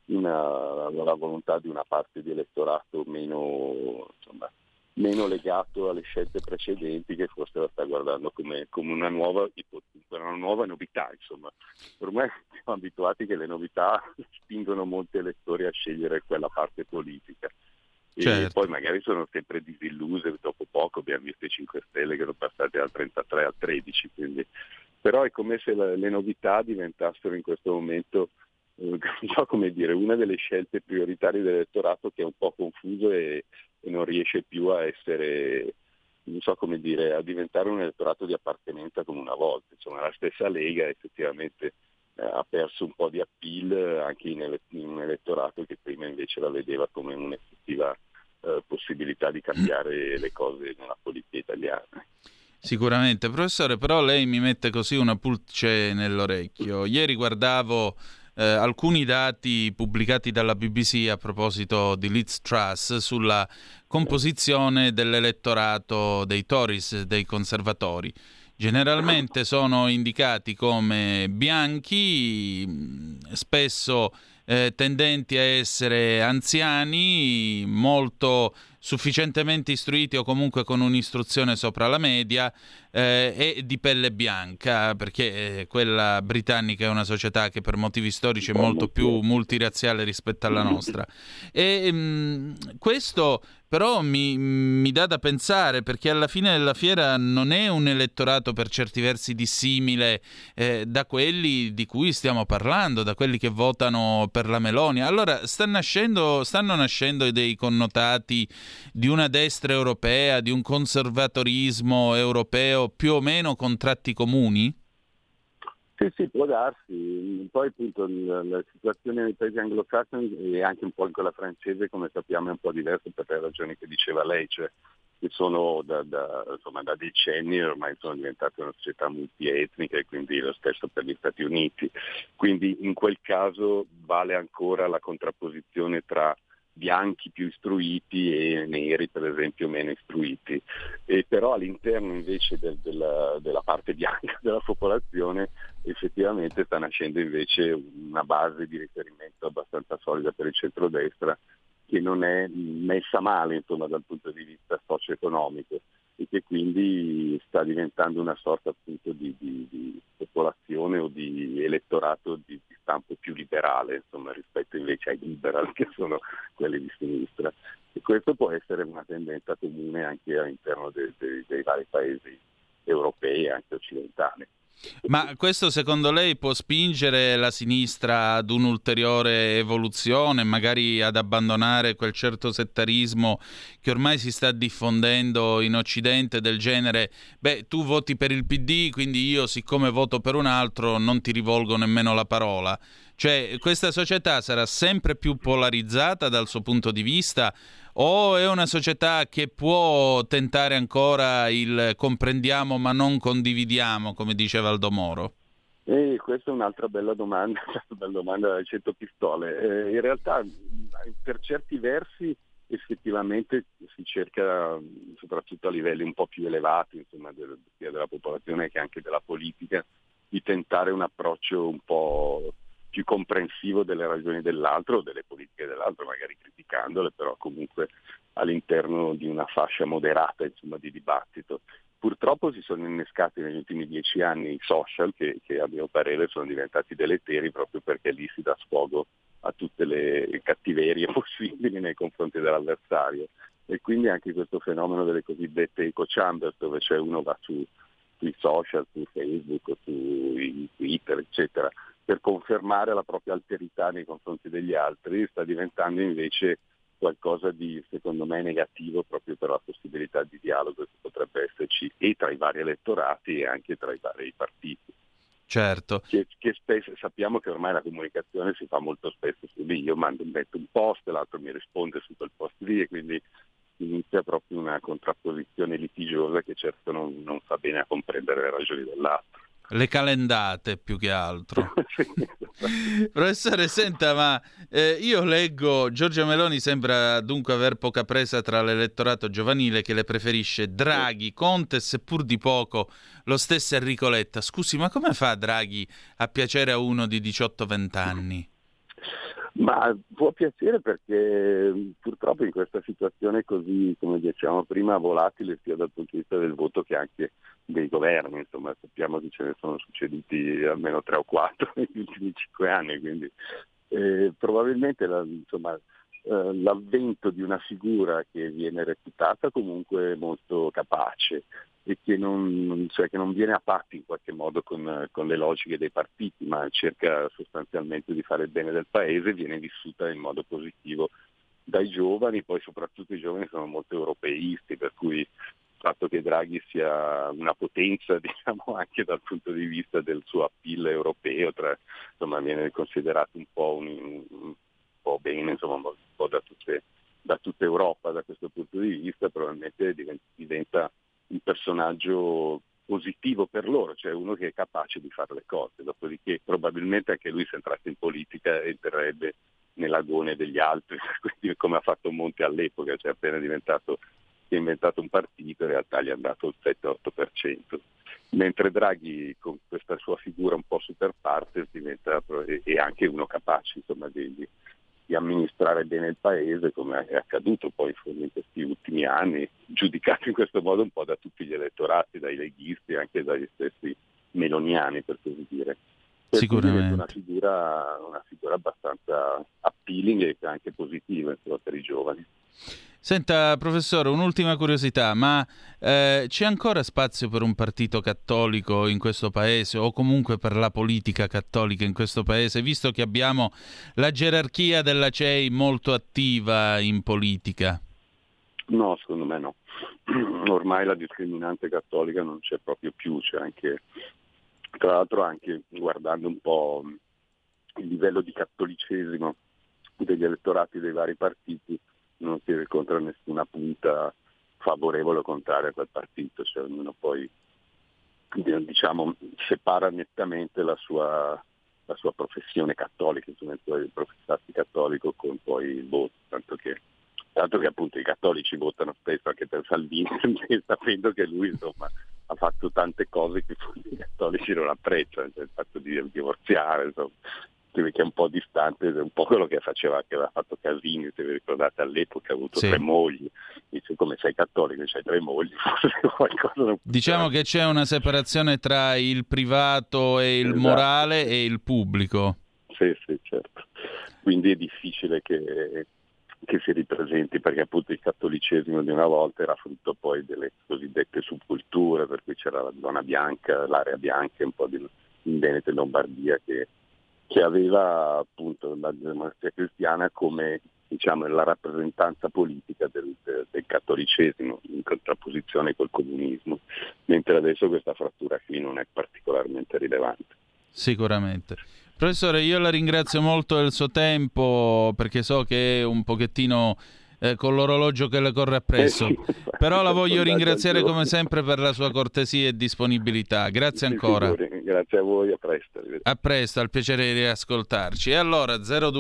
la volontà di una parte di elettorato meno legato alle scelte precedenti, che forse la sta guardando come una nuova novità. Insomma, ormai siamo abituati che le novità spingono molti elettori a scegliere quella parte politica. Certo. E poi magari sono sempre disilluse, dopo poco abbiamo visto i 5 Stelle che sono passati dal 33 al 13, quindi però è come se le novità diventassero in questo momento non so come dire, una delle scelte prioritarie dell'elettorato, che è un po' confuso e non riesce più a essere, non so come dire, a diventare un elettorato di appartenenza come una volta. Insomma, la stessa Lega effettivamente ha perso un po' di appeal anche in un elettorato che prima invece la vedeva come un'effettiva possibilità di cambiare le cose nella politica italiana. Sicuramente, professore, però lei mi mette così una pulce nell'orecchio. Ieri guardavo alcuni dati pubblicati dalla BBC a proposito di Liz Truss sulla composizione dell'elettorato dei Tories, dei conservatori. Generalmente sono indicati come bianchi, spesso tendenti a essere anziani, molto sufficientemente istruiti o comunque con un'istruzione sopra la media e di pelle bianca, perché quella britannica è una società che per motivi storici è molto più multirazziale rispetto alla nostra. E questo però mi dà da pensare, perché alla fine della fiera non è un elettorato per certi versi dissimile da quelli di cui stiamo parlando, da quelli che votano per la Meloni. Allora stanno nascendo dei connotati di una destra europea, di un conservatorismo europeo più o meno con tratti comuni? Sì, può darsi. Poi appunto la situazione nei paesi anglosassoni e anche un po' in quella francese, come sappiamo, è un po' diversa per le ragioni che diceva lei, cioè che sono da decenni ormai sono diventate una società multietnica, e quindi lo stesso per gli Stati Uniti. Quindi in quel caso vale ancora la contrapposizione tra bianchi più istruiti e neri, per esempio, meno istruiti. E però all'interno invece della parte bianca della popolazione effettivamente sta nascendo invece una base di riferimento abbastanza solida per il centrodestra, che non è messa male, insomma, dal punto di vista socio-economico, e che quindi sta diventando una sorta appunto di popolazione o di elettorato di stampo più liberale, insomma, rispetto invece ai liberal, che sono quelli di sinistra. E questo può essere una tendenza comune anche all'interno dei vari paesi europei e anche occidentali. Ma questo secondo lei può spingere la sinistra ad un'ulteriore evoluzione, magari ad abbandonare quel certo settarismo che ormai si sta diffondendo in Occidente, del genere: beh, tu voti per il PD, quindi io, siccome voto per un altro, non ti rivolgo nemmeno la parola? Cioè, questa società sarà sempre più polarizzata dal suo punto di vista, o è una società che può tentare ancora il comprendiamo ma non condividiamo, come diceva Aldo Moro? Questa è un'altra bella domanda, bella domanda da 100 pistole. In realtà, per certi versi, effettivamente si cerca, soprattutto a livelli un po' più elevati, insomma, sia della popolazione che anche della politica, di tentare un approccio un po' più comprensivo delle ragioni dell'altro o delle politiche dell'altro, magari criticandole, però comunque all'interno di una fascia moderata, insomma, di dibattito. Purtroppo si sono innescati negli ultimi 10 anni i social che a mio parere sono diventati deleteri, proprio perché lì si dà sfogo a tutte le cattiverie possibili nei confronti dell'avversario, e quindi anche questo fenomeno delle cosiddette echo chamber, dove c'è uno va sui social, su Facebook, su Twitter, eccetera, per confermare la propria alterità nei confronti degli altri, sta diventando invece qualcosa di, secondo me, negativo, proprio per la possibilità di dialogo che potrebbe esserci e tra i vari elettorati e anche tra i vari partiti. Certo. Che spesso sappiamo che ormai la comunicazione si fa molto spesso su lì, io metto un post, l'altro mi risponde su quel post lì, e quindi inizia proprio una contrapposizione litigiosa che certo non fa bene a comprendere le ragioni dell'altro. Le calendate più che altro. Professore, senta, ma io leggo Giorgia Meloni sembra dunque aver poca presa tra l'elettorato giovanile, che le preferisce Draghi, Conte e seppur di poco lo stesso Enrico Letta. Scusi, ma come fa Draghi a piacere a uno di 18-20 anni? Ma può piacere perché purtroppo in questa situazione così, come dicevamo prima, volatile sia dal punto di vista del voto che anche dei governi, insomma, sappiamo che ce ne sono succeduti almeno 3 o 4 negli ultimi 5 anni, quindi probabilmente l'avvento di una figura che viene reputata comunque molto capace e che non viene a patti in qualche modo con le logiche dei partiti, ma cerca sostanzialmente di fare il bene del paese, viene vissuta in modo positivo dai giovani. Poi soprattutto i giovani sono molto europeisti, per cui il fatto che Draghi sia una potenza, diciamo, anche dal punto di vista del suo appeal europeo, viene considerato un po' bene, insomma, un po' da tutta Europa da questo punto di vista. Probabilmente diventa un personaggio positivo per loro, cioè uno che è capace di fare le cose, dopodiché probabilmente anche lui, se entrasse in politica, entrerebbe nell'agone degli altri, quindi come ha fatto Monti all'epoca, cioè appena si è inventato un partito, in realtà gli è andato il 7-8%, mentre Draghi con questa sua figura un po' super partes è anche uno capace, insomma, di amministrare bene il paese, come è accaduto poi in questi ultimi anni, giudicato in questo modo un po' da tutti gli elettorati, dai leghisti e anche dagli stessi meloniani, per così dire. Sicuramente una figura abbastanza appealing e anche positiva, insomma, per i giovani. Senta, professore, un'ultima curiosità, ma c'è ancora spazio per un partito cattolico in questo paese, o comunque per la politica cattolica in questo paese, visto che abbiamo la gerarchia della CEI molto attiva in politica? No, secondo me no. Ormai la discriminante cattolica non c'è proprio più, c'è anche, tra l'altro, anche guardando un po' il livello di cattolicesimo degli elettorati dei vari partiti, non si riscontra nessuna punta favorevole o contrario a quel partito, cioè ognuno poi diciamo separa nettamente la sua professione cattolica, insomma il professarsi cattolico con poi il voto, tanto che appunto i cattolici votano spesso anche per Salvini sapendo che lui insomma ha fatto tante cose che i cattolici non apprezzano, cioè il fatto di divorziare, insomma, che è un po' distante, è un po' quello che aveva fatto Casini, se vi ricordate, all'epoca ha avuto 3 mogli, dice come sei cattolico c'hai 3 mogli, forse qualcosa non diciamo che c'è una separazione tra il privato e il morale e il pubblico. Sì, certo, quindi è difficile che si ripresenti, perché appunto il cattolicesimo di una volta era frutto poi delle cosiddette subculture, per cui c'era la zona bianca, l'area bianca un po' in Veneto e Lombardia che aveva appunto la Democrazia Cristiana come diciamo la rappresentanza politica del cattolicesimo in contrapposizione col comunismo, mentre adesso questa frattura qui non è particolarmente rilevante. Sicuramente. Professore, io la ringrazio molto del suo tempo, perché so che è un pochettino con l'orologio che le corre appresso, però la voglio ringraziare come sempre per la sua cortesia e disponibilità. Grazie ancora. Grazie a voi, a presto. A presto, al piacere di riascoltarci. E allora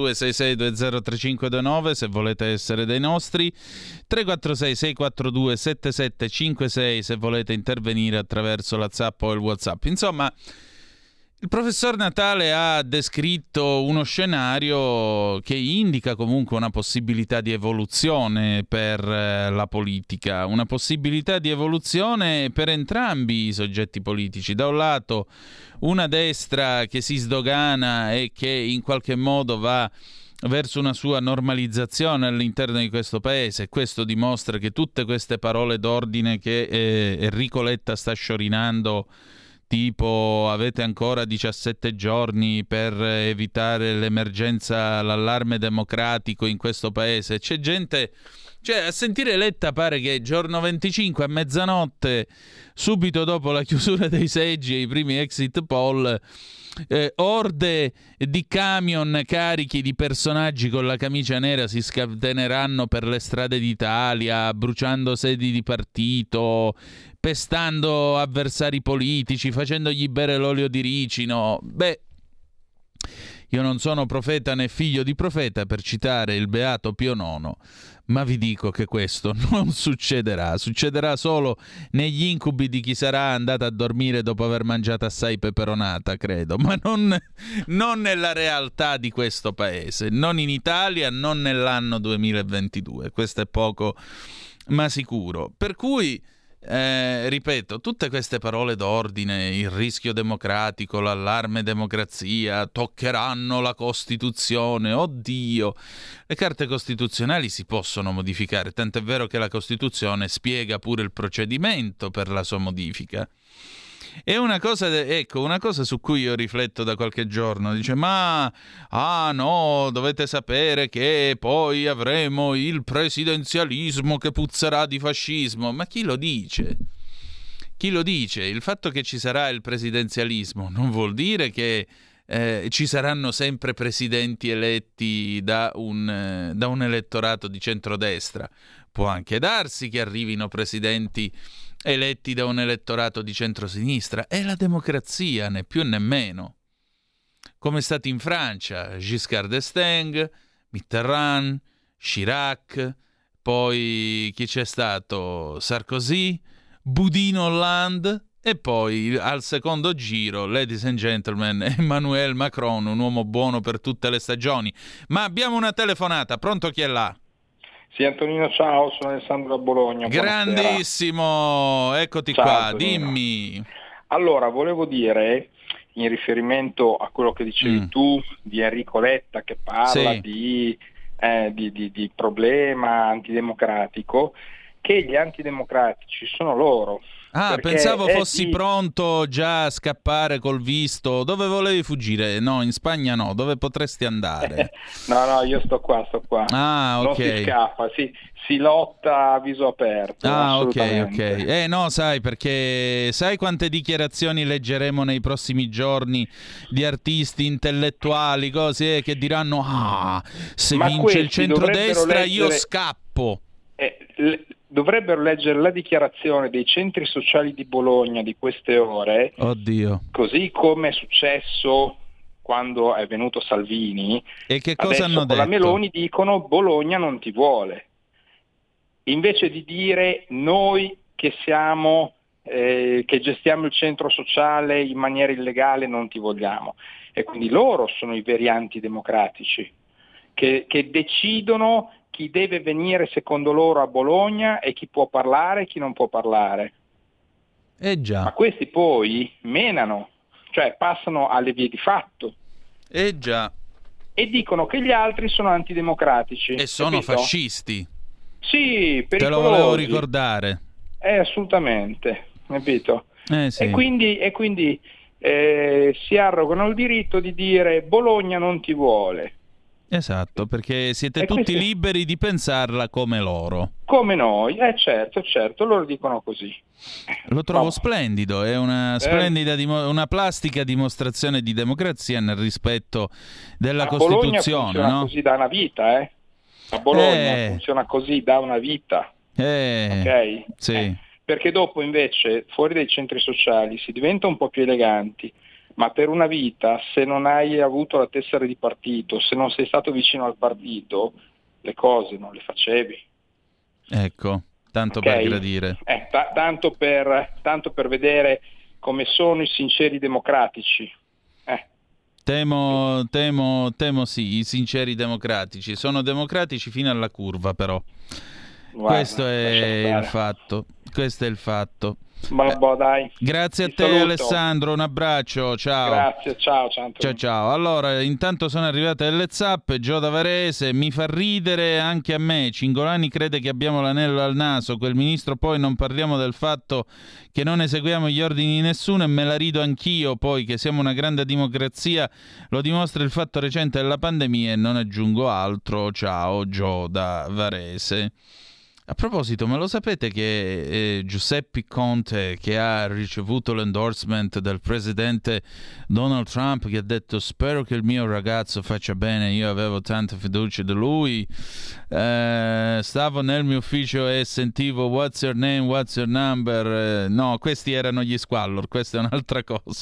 0266203529 se volete essere dei nostri, 346 642 7756 se volete intervenire attraverso la Zap o il WhatsApp. Insomma, il professor Natale ha descritto uno scenario che indica comunque una possibilità di evoluzione per la politica, una possibilità di evoluzione per entrambi i soggetti politici. Da un lato una destra che si sdogana e che in qualche modo va verso una sua normalizzazione all'interno di questo paese, e questo dimostra che tutte queste parole d'ordine che Enrico Letta sta sciorinando, tipo avete ancora 17 giorni per evitare l'emergenza, l'allarme democratico in questo paese. C'è gente, cioè a sentire Letta pare che giorno 25 a mezzanotte, subito dopo la chiusura dei seggi e i primi exit poll, orde di camion carichi di personaggi con la camicia nera si scateneranno per le strade d'Italia, bruciando sedi di partito, pestando avversari politici, facendogli bere l'olio di ricino. Beh, io non sono profeta né figlio di profeta, per citare il beato Pio IX, ma vi dico che questo non succederà. Succederà solo negli incubi di chi sarà andato a dormire dopo aver mangiato assai peperonata, credo, ma non nella realtà di questo paese, non in Italia, non nell'anno 2022. Questo è poco ma sicuro. Per cui ripeto, tutte queste parole d'ordine, il rischio democratico, l'allarme democrazia, toccheranno la Costituzione, oddio, le carte costituzionali si possono modificare, tant'è vero che la Costituzione spiega pure il procedimento per la sua modifica. E una cosa su cui io rifletto da qualche giorno, dice no, dovete sapere che poi avremo il presidenzialismo che puzzerà di fascismo. Ma chi lo dice? Chi lo dice? Il fatto che ci sarà il presidenzialismo non vuol dire che ci saranno sempre presidenti eletti da un elettorato di centrodestra. Può anche darsi che arrivino presidenti eletti da un elettorato di centrosinistra. È la democrazia, né più né meno. Come è stato in Francia, Giscard d'Estaing, Mitterrand, Chirac, poi chi c'è stato? Sarkozy, Boudin Hollande, e poi al secondo giro, ladies and gentlemen, Emmanuel Macron, un uomo buono per tutte le stagioni. Ma abbiamo una telefonata, pronto, chi è là? Sì, Antonino, ciao, sono Alessandro da Bologna. Grandissimo, eccoti ciao, qua, Antonino. Dimmi. Allora, volevo dire, in riferimento a quello che dicevi tu di Enrico Letta, che parla di problema antidemocratico, che gli antidemocratici sono loro. Pensavo fossi pronto già a scappare col visto. Dove volevi fuggire? No, in Spagna no. Dove potresti andare? No, io sto qua. Ah, ok. Non si scappa, si lotta a viso aperto. Ah, ok. No, sai, perché sai quante dichiarazioni leggeremo nei prossimi giorni di artisti intellettuali, cose che diranno se vince il centrodestra io scappo. dovrebbero leggere la dichiarazione dei centri sociali di Bologna di queste ore. Oddio. Così come è successo quando è venuto Salvini. E che cosa hanno detto? Con la Meloni dicono Bologna non ti vuole. Invece di dire noi che siamo che gestiamo il centro sociale in maniera illegale non ti vogliamo. E quindi loro sono i veri antidemocratici che decidono chi deve venire secondo loro a Bologna e chi può parlare e chi non può parlare. Già. Ma questi poi menano, cioè passano alle vie di fatto. Già. E dicono che gli altri sono antidemocratici. E sono capito? fascisti. Sì, pericolosi. Te lo volevo ricordare. Assolutamente, capito? Sì. E quindi si arrogano il diritto di dire Bologna non ti vuole. Esatto, perché siete tutti liberi di pensarla come loro. Come noi, certo, loro dicono così. Lo trovo splendido, è una splendida una plastica dimostrazione di democrazia nel rispetto della Costituzione. Bologna funziona così da una vita, A Bologna funziona così da una vita. Ok? Sì. Perché dopo invece fuori dai centri sociali si diventa un po' più eleganti, ma per una vita se non hai avuto la tessera di partito, se non sei stato vicino al partito, le cose non le facevi. Ecco, tanto per gradire. Tanto per vedere come sono i sinceri democratici. Temo sì, i sinceri democratici. Sono democratici fino alla curva, però. Guarda, questo è il fatto. Questo è il fatto. Dai. Grazie a te, saluto. Alessandro, un abbraccio, ciao. Grazie, ciao. Ciao. Allora, intanto sono arrivate delle zappe. Gio da Varese, mi fa ridere anche a me. Cingolani crede che abbiamo l'anello al naso, quel ministro poi non parliamo del fatto che non eseguiamo gli ordini di nessuno e me la rido anch'io, poi che siamo una grande democrazia lo dimostra il fatto recente della pandemia e non aggiungo altro. Ciao, Gio da Varese. A proposito, ma lo sapete che Giuseppe Conte, che ha ricevuto l'endorsement del presidente Donald Trump, che ha detto spero che il mio ragazzo faccia bene, io avevo tanta fiducia di lui, stavo nel mio ufficio e sentivo what's your name, what's your number, no, questi erano gli Squallor, questa è un'altra cosa.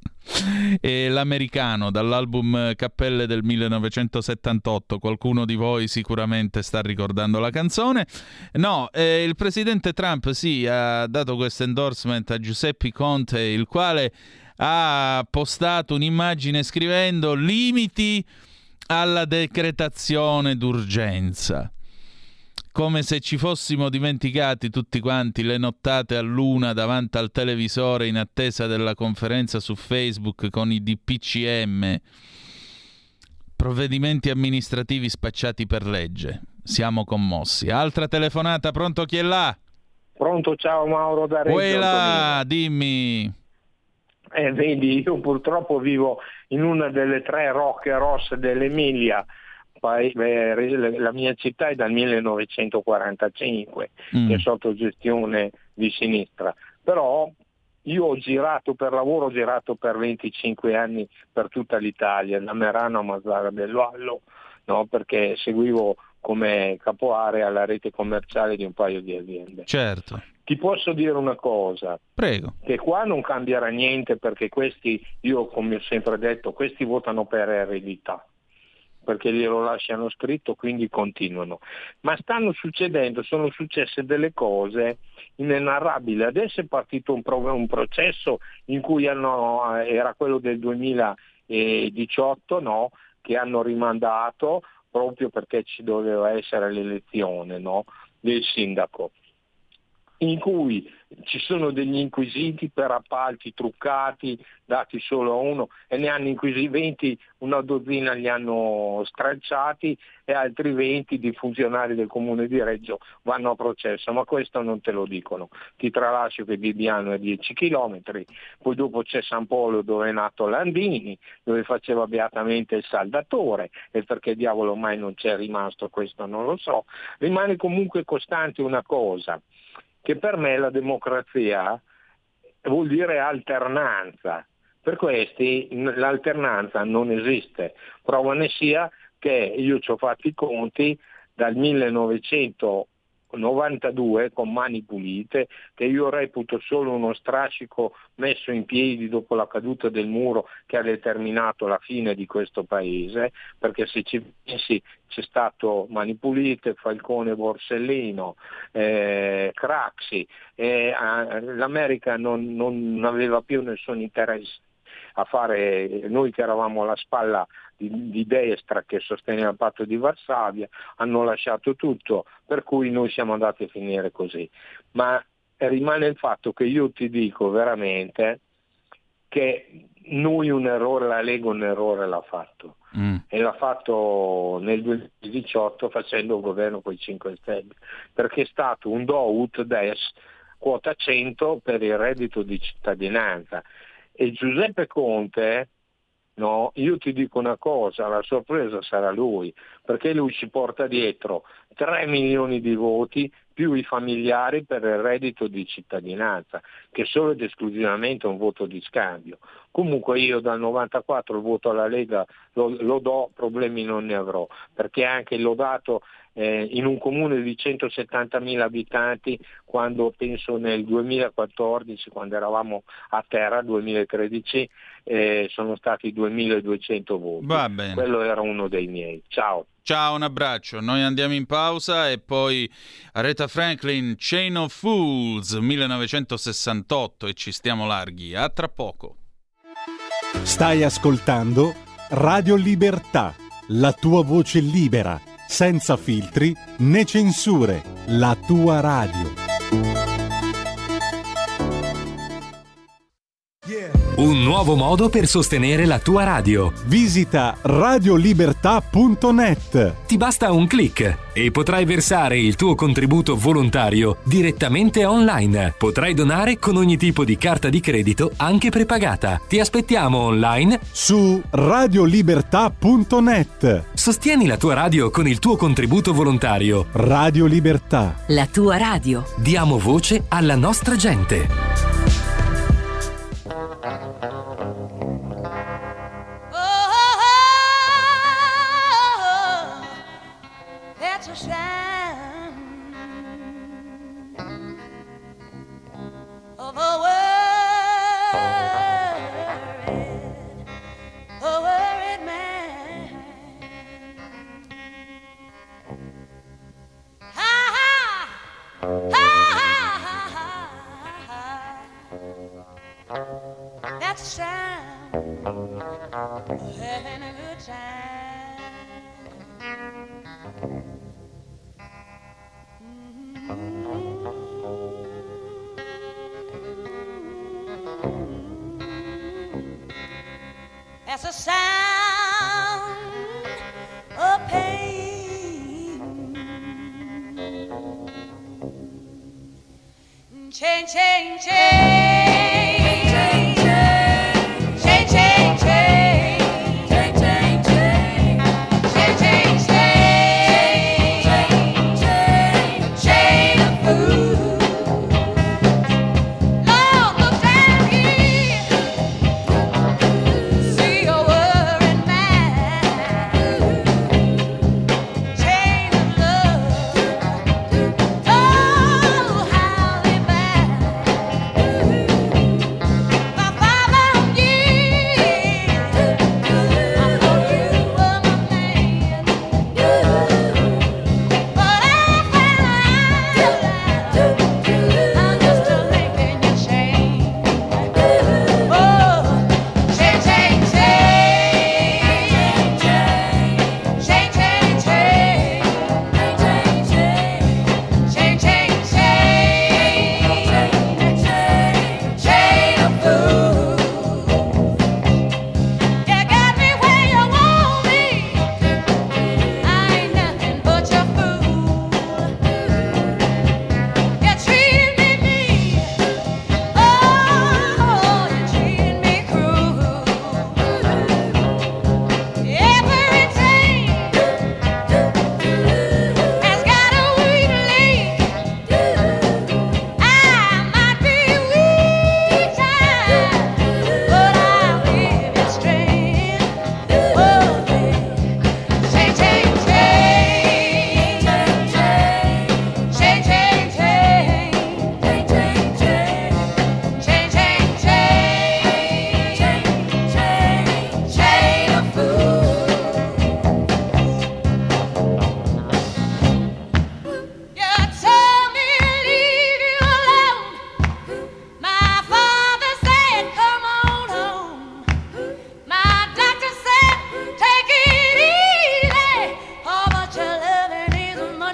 E l'americano dall'album Cappelle del 1978, qualcuno di voi sicuramente sta ricordando la canzone. No, il presidente Trump ha dato questo endorsement a Giuseppe Conte, il quale ha postato un'immagine scrivendo limiti alla decretazione d'urgenza. Come se ci fossimo dimenticati tutti quanti le nottate a luna davanti al televisore in attesa della conferenza su Facebook con i DPCM, provvedimenti amministrativi spacciati per legge. Siamo commossi. Altra telefonata, pronto, chi è là? Pronto, ciao Mauro da Reggio. Quella, dimmi. Vedi, io purtroppo vivo in una delle 3 rocche rosse dell'Emilia. La mia città è dal 1945 che è sotto gestione di sinistra, però io ho girato per lavoro, ho girato per 25 anni per tutta l'Italia, da Merano a Mazzara del Vallo, no? Perché seguivo come capo area la rete commerciale di un paio di aziende. Certo. Ti posso dire una cosa? Prego. Che qua non cambierà niente, perché questi, io come ho sempre detto, questi votano per eredità, perché glielo lasciano scritto, quindi continuano. Ma sono successe delle cose inenarrabili. Adesso è partito un processo in cui era quello del 2018, no? Che hanno rimandato proprio perché ci doveva essere l'elezione, no? Del sindaco, in cui ci sono degli inquisiti per appalti truccati dati solo a uno, e ne hanno inquisiti 20, una dozzina li hanno stracciati e altri 20 di funzionari del comune di Reggio vanno a processo, ma questo non te lo dicono. Ti tralascio che Bibbiano è 10 chilometri, poi dopo c'è San Polo dove è nato Landini, dove faceva beatamente il saldatore, e perché diavolo mai non c'è rimasto questo non lo so. Rimane comunque costante una cosa, che per me la democrazia vuol dire alternanza. Per questi l'alternanza non esiste. Prova ne sia che io ci ho fatto i conti dal 1900 92 con Mani Pulite, che io reputo solo uno strascico messo in piedi dopo la caduta del muro che ha determinato la fine di questo paese, perché se ci pensi c'è stato Mani Pulite, Falcone, Borsellino, Craxi, l'America non aveva più nessun interesse a fare, noi che eravamo alla spalla di destra che sosteneva il patto di Varsavia, hanno lasciato tutto, per cui noi siamo andati a finire così. Ma rimane il fatto che io ti dico veramente che noi un errore, la Lega un errore l'ha fatto. E l'ha fatto nel 2018 facendo un governo con i 5 Stelle, perché è stato un do ut des quota 100 per il reddito di cittadinanza. E Giuseppe Conte, no, io ti dico una cosa, la sorpresa sarà lui, perché lui ci porta dietro 3 milioni di voti più i familiari per il reddito di cittadinanza, che solo ed esclusivamente un voto di scambio. Comunque io dal 94 il voto alla Lega lo do, problemi non ne avrò, perché anche l'ho dato in un comune di 170.000 abitanti, quando penso nel 2014, quando eravamo a terra, 2013, sono stati 2.200 voti. Va bene. Quello era uno dei miei. Ciao. Ciao, un abbraccio. Noi andiamo in pausa e poi Aretha Franklin, Chain of Fools, 1968, e ci stiamo larghi. A tra poco. Stai ascoltando Radio Libertà, la tua voce libera, senza filtri né censure, la tua radio. Un nuovo modo per sostenere la tua radio. Visita radiolibertà.net. Ti basta un click e potrai versare il tuo contributo volontario direttamente online. Potrai donare con ogni tipo di carta di credito, anche prepagata. Ti aspettiamo online su radiolibertà.net. Sostieni la tua radio con il tuo contributo volontario. Radio Libertà. La tua radio. Diamo voce alla nostra gente. That's a sign of a worried man. Ha ha ha ha ha. That's a sign of having a good time. That's a sound of pain. Change, change, change, change, change, change, change. Ooh.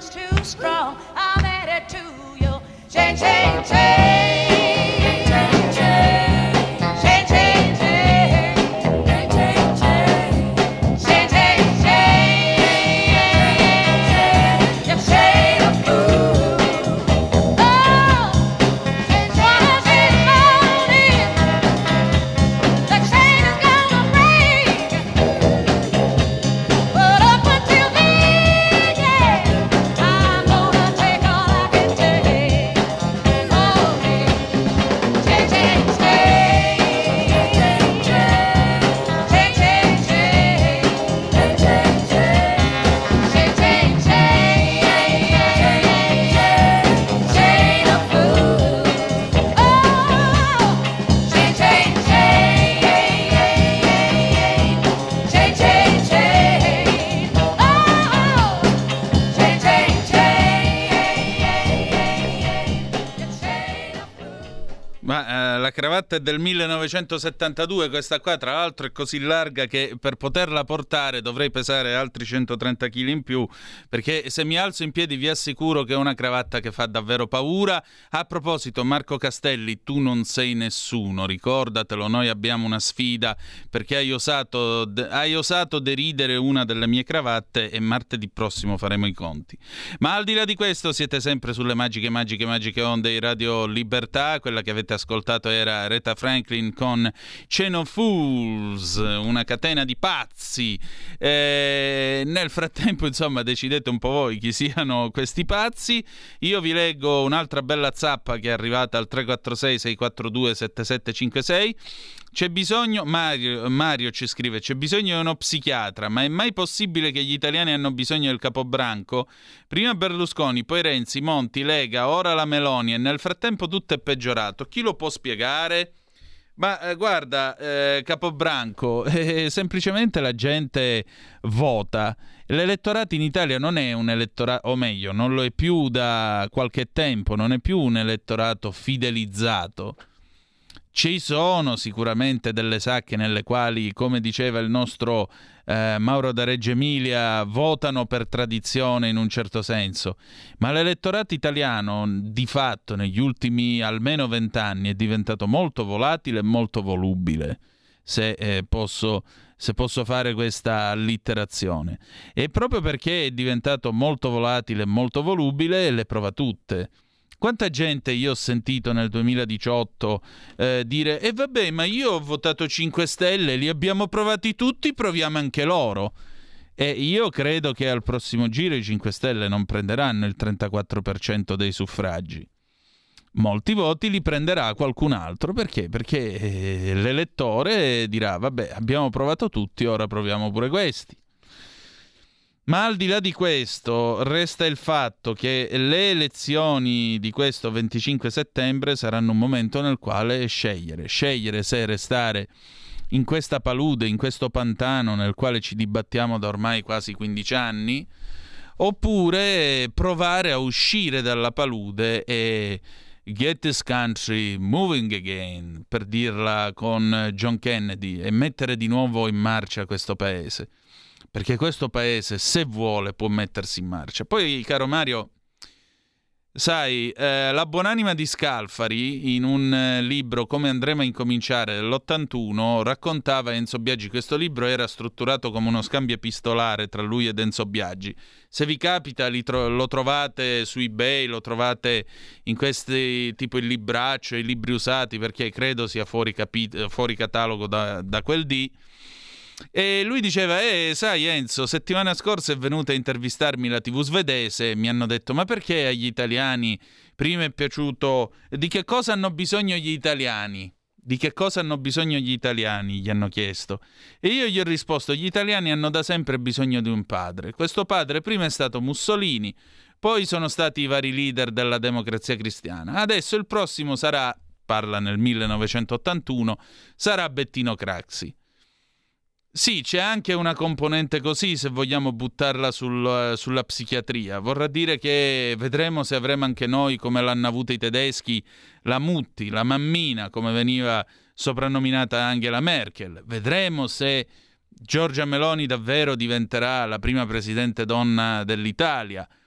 is too strong. I'm headed to you. Change, change, change. Change, change, change. Change, change, change. Change, change, change. Change, change, change. Just shade of blue. Oh, change, change, change, morning. The chain is gonna break. But up until then, yeah, I'm gonna take all I can take. Oh, yeah. Change, change, change. Change, change, change. Change, change, change. Change, change, change. Change, change, change. Chain of blue. Oh, change, change, change. Change, change, change. Oh, change, change, Ma la cravatta è del 1972, questa qua tra l'altro è così larga che per poterla portare dovrei pesare altri 130 kg in più, perché se mi alzo in piedi vi assicuro che è una cravatta che fa davvero paura. A proposito, Marco Castelli, tu non sei nessuno, ricordatelo, noi abbiamo una sfida perché hai osato deridere una delle mie cravatte e martedì prossimo faremo i conti. Ma al di là di questo siete sempre sulle magiche onde di Radio Libertà. Quella che avete ascoltato era Aretha Franklin con Chain of Fools, una catena di pazzi. Nel frattempo, insomma, decidete un po' voi chi siano questi pazzi. Io vi leggo un'altra bella zappa che è arrivata al 346-642-7756. C'è bisogno, Mario ci scrive, c'è bisogno di uno psichiatra, ma è mai possibile che gli italiani hanno bisogno del capobranco? Prima Berlusconi, poi Renzi, Monti, Lega, ora la Meloni e nel frattempo tutto è peggiorato. Chi lo può spiegare? Ma guarda, Capobranco, semplicemente la gente vota. L'elettorato in Italia non è un elettorato, o meglio, non lo è più da qualche tempo, non è più un elettorato fidelizzato. Ci sono sicuramente delle sacche nelle quali, come diceva il nostro Mauro da Reggio Emilia, votano per tradizione in un certo senso, ma l'elettorato italiano di fatto negli ultimi almeno 20 anni è diventato molto volatile e molto volubile, se posso fare questa allitterazione. E proprio perché è diventato molto volatile e molto volubile le prova tutte. Quanta gente io ho sentito nel 2018 dire «E vabbè, ma io ho votato 5 Stelle, li abbiamo provati tutti, proviamo anche loro». E io credo che al prossimo giro i 5 Stelle non prenderanno il 34% dei suffragi. Molti voti li prenderà qualcun altro. Perché? Perché l'elettore dirà «Vabbè, abbiamo provato tutti, ora proviamo pure questi». Ma al di là di questo resta il fatto che le elezioni di questo 25 settembre saranno un momento nel quale scegliere se restare in questa palude, in questo pantano nel quale ci dibattiamo da ormai quasi 15 anni, oppure provare a uscire dalla palude e get this country moving again, per dirla con John Kennedy, e mettere di nuovo in marcia questo paese. Perché questo paese, se vuole, può mettersi in marcia. Poi, caro Mario, sai, la buonanima di Scalfari, in un libro Come andremo a incominciare dell'81, raccontava Enzo Biagi. Questo libro era strutturato come uno scambio epistolare tra lui ed Enzo Biagi. Se vi capita, lo trovate su eBay, lo trovate in questi tipo il libraccio, i libri usati, perché credo sia fuori catalogo da quel dì. E lui diceva sai Enzo, settimana scorsa è venuta a intervistarmi la TV svedese e mi hanno detto ma perché agli italiani prima è piaciuto, di che cosa hanno bisogno gli italiani? Di che cosa hanno bisogno gli italiani? Gli hanno chiesto. E io gli ho risposto: gli italiani hanno da sempre bisogno di un padre. Questo padre prima è stato Mussolini, poi sono stati i vari leader della Democrazia Cristiana. Adesso il prossimo sarà, parla nel 1981, sarà Bettino Craxi. Sì, c'è anche una componente così, se vogliamo buttarla sulla psichiatria. Vorrà dire che vedremo se avremo anche noi, come l'hanno avuta i tedeschi, la Mutti, la mammina, come veniva soprannominata Angela Merkel. Vedremo se Giorgia Meloni davvero diventerà la prima presidente donna dell'Italia.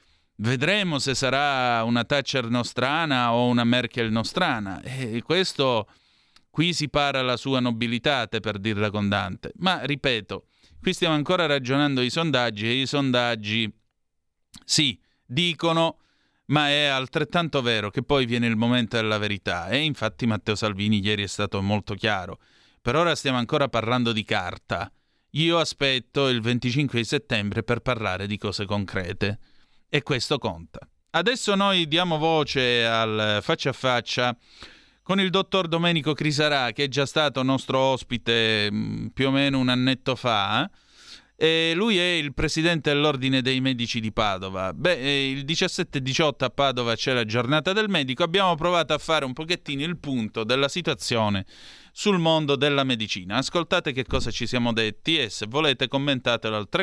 Vedremo se sarà una Thatcher nostrana o una Merkel nostrana. E questo qui si para la sua nobilitate, per dirla con Dante. Ma ripeto, qui stiamo ancora ragionando i sondaggi, e i sondaggi sì, dicono, ma è altrettanto vero che poi viene il momento della verità. E infatti Matteo Salvini ieri è stato molto chiaro. Per ora stiamo ancora parlando di carta. Io aspetto il 25 di settembre per parlare di cose concrete. E questo conta. Adesso noi diamo voce al faccia a faccia con il dottor Domenico Crisarà, che è già stato nostro ospite più o meno un annetto fa. E lui è il presidente dell'Ordine dei Medici di Padova. Il 17 e 18 a Padova c'è la giornata del medico. Abbiamo provato a fare un pochettino il punto della situazione sul mondo della medicina. Ascoltate che cosa ci siamo detti e se volete commentatelo al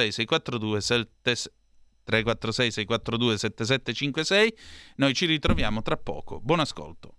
346-642-7756. Noi ci ritroviamo tra poco. Buon ascolto.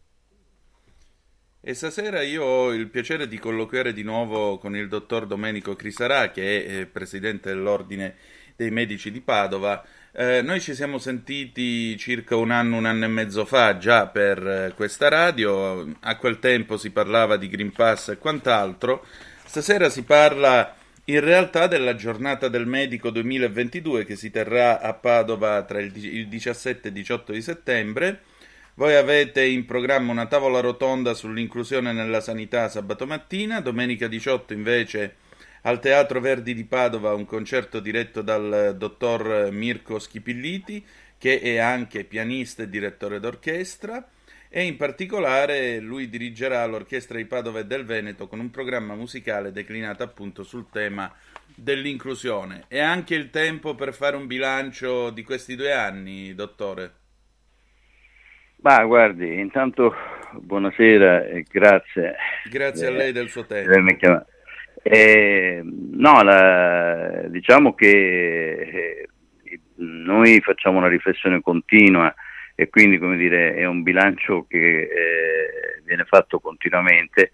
E stasera io ho il piacere di colloquiare di nuovo con il dottor Domenico Crisarà, che è presidente dell'Ordine dei Medici di Padova. Noi ci siamo sentiti circa un anno e mezzo fa già per questa radio. A quel tempo si parlava di Green Pass e quant'altro. Stasera si parla in realtà della giornata del medico 2022 che si terrà a Padova tra il 17 e il 18 di settembre. Voi avete in programma una tavola rotonda sull'inclusione nella sanità sabato mattina, domenica 18 invece al Teatro Verdi di Padova un concerto diretto dal dottor Mirko Schipilliti, che è anche pianista e direttore d'orchestra, e in particolare lui dirigerà l'Orchestra di Padova e del Veneto con un programma musicale declinato appunto sul tema dell'inclusione. È anche il tempo per fare un bilancio di questi 2 anni, dottore? Ma guardi, intanto buonasera e grazie. Grazie a lei del suo tempo. Diciamo che noi facciamo una riflessione continua e quindi, come dire, è un bilancio che viene fatto continuamente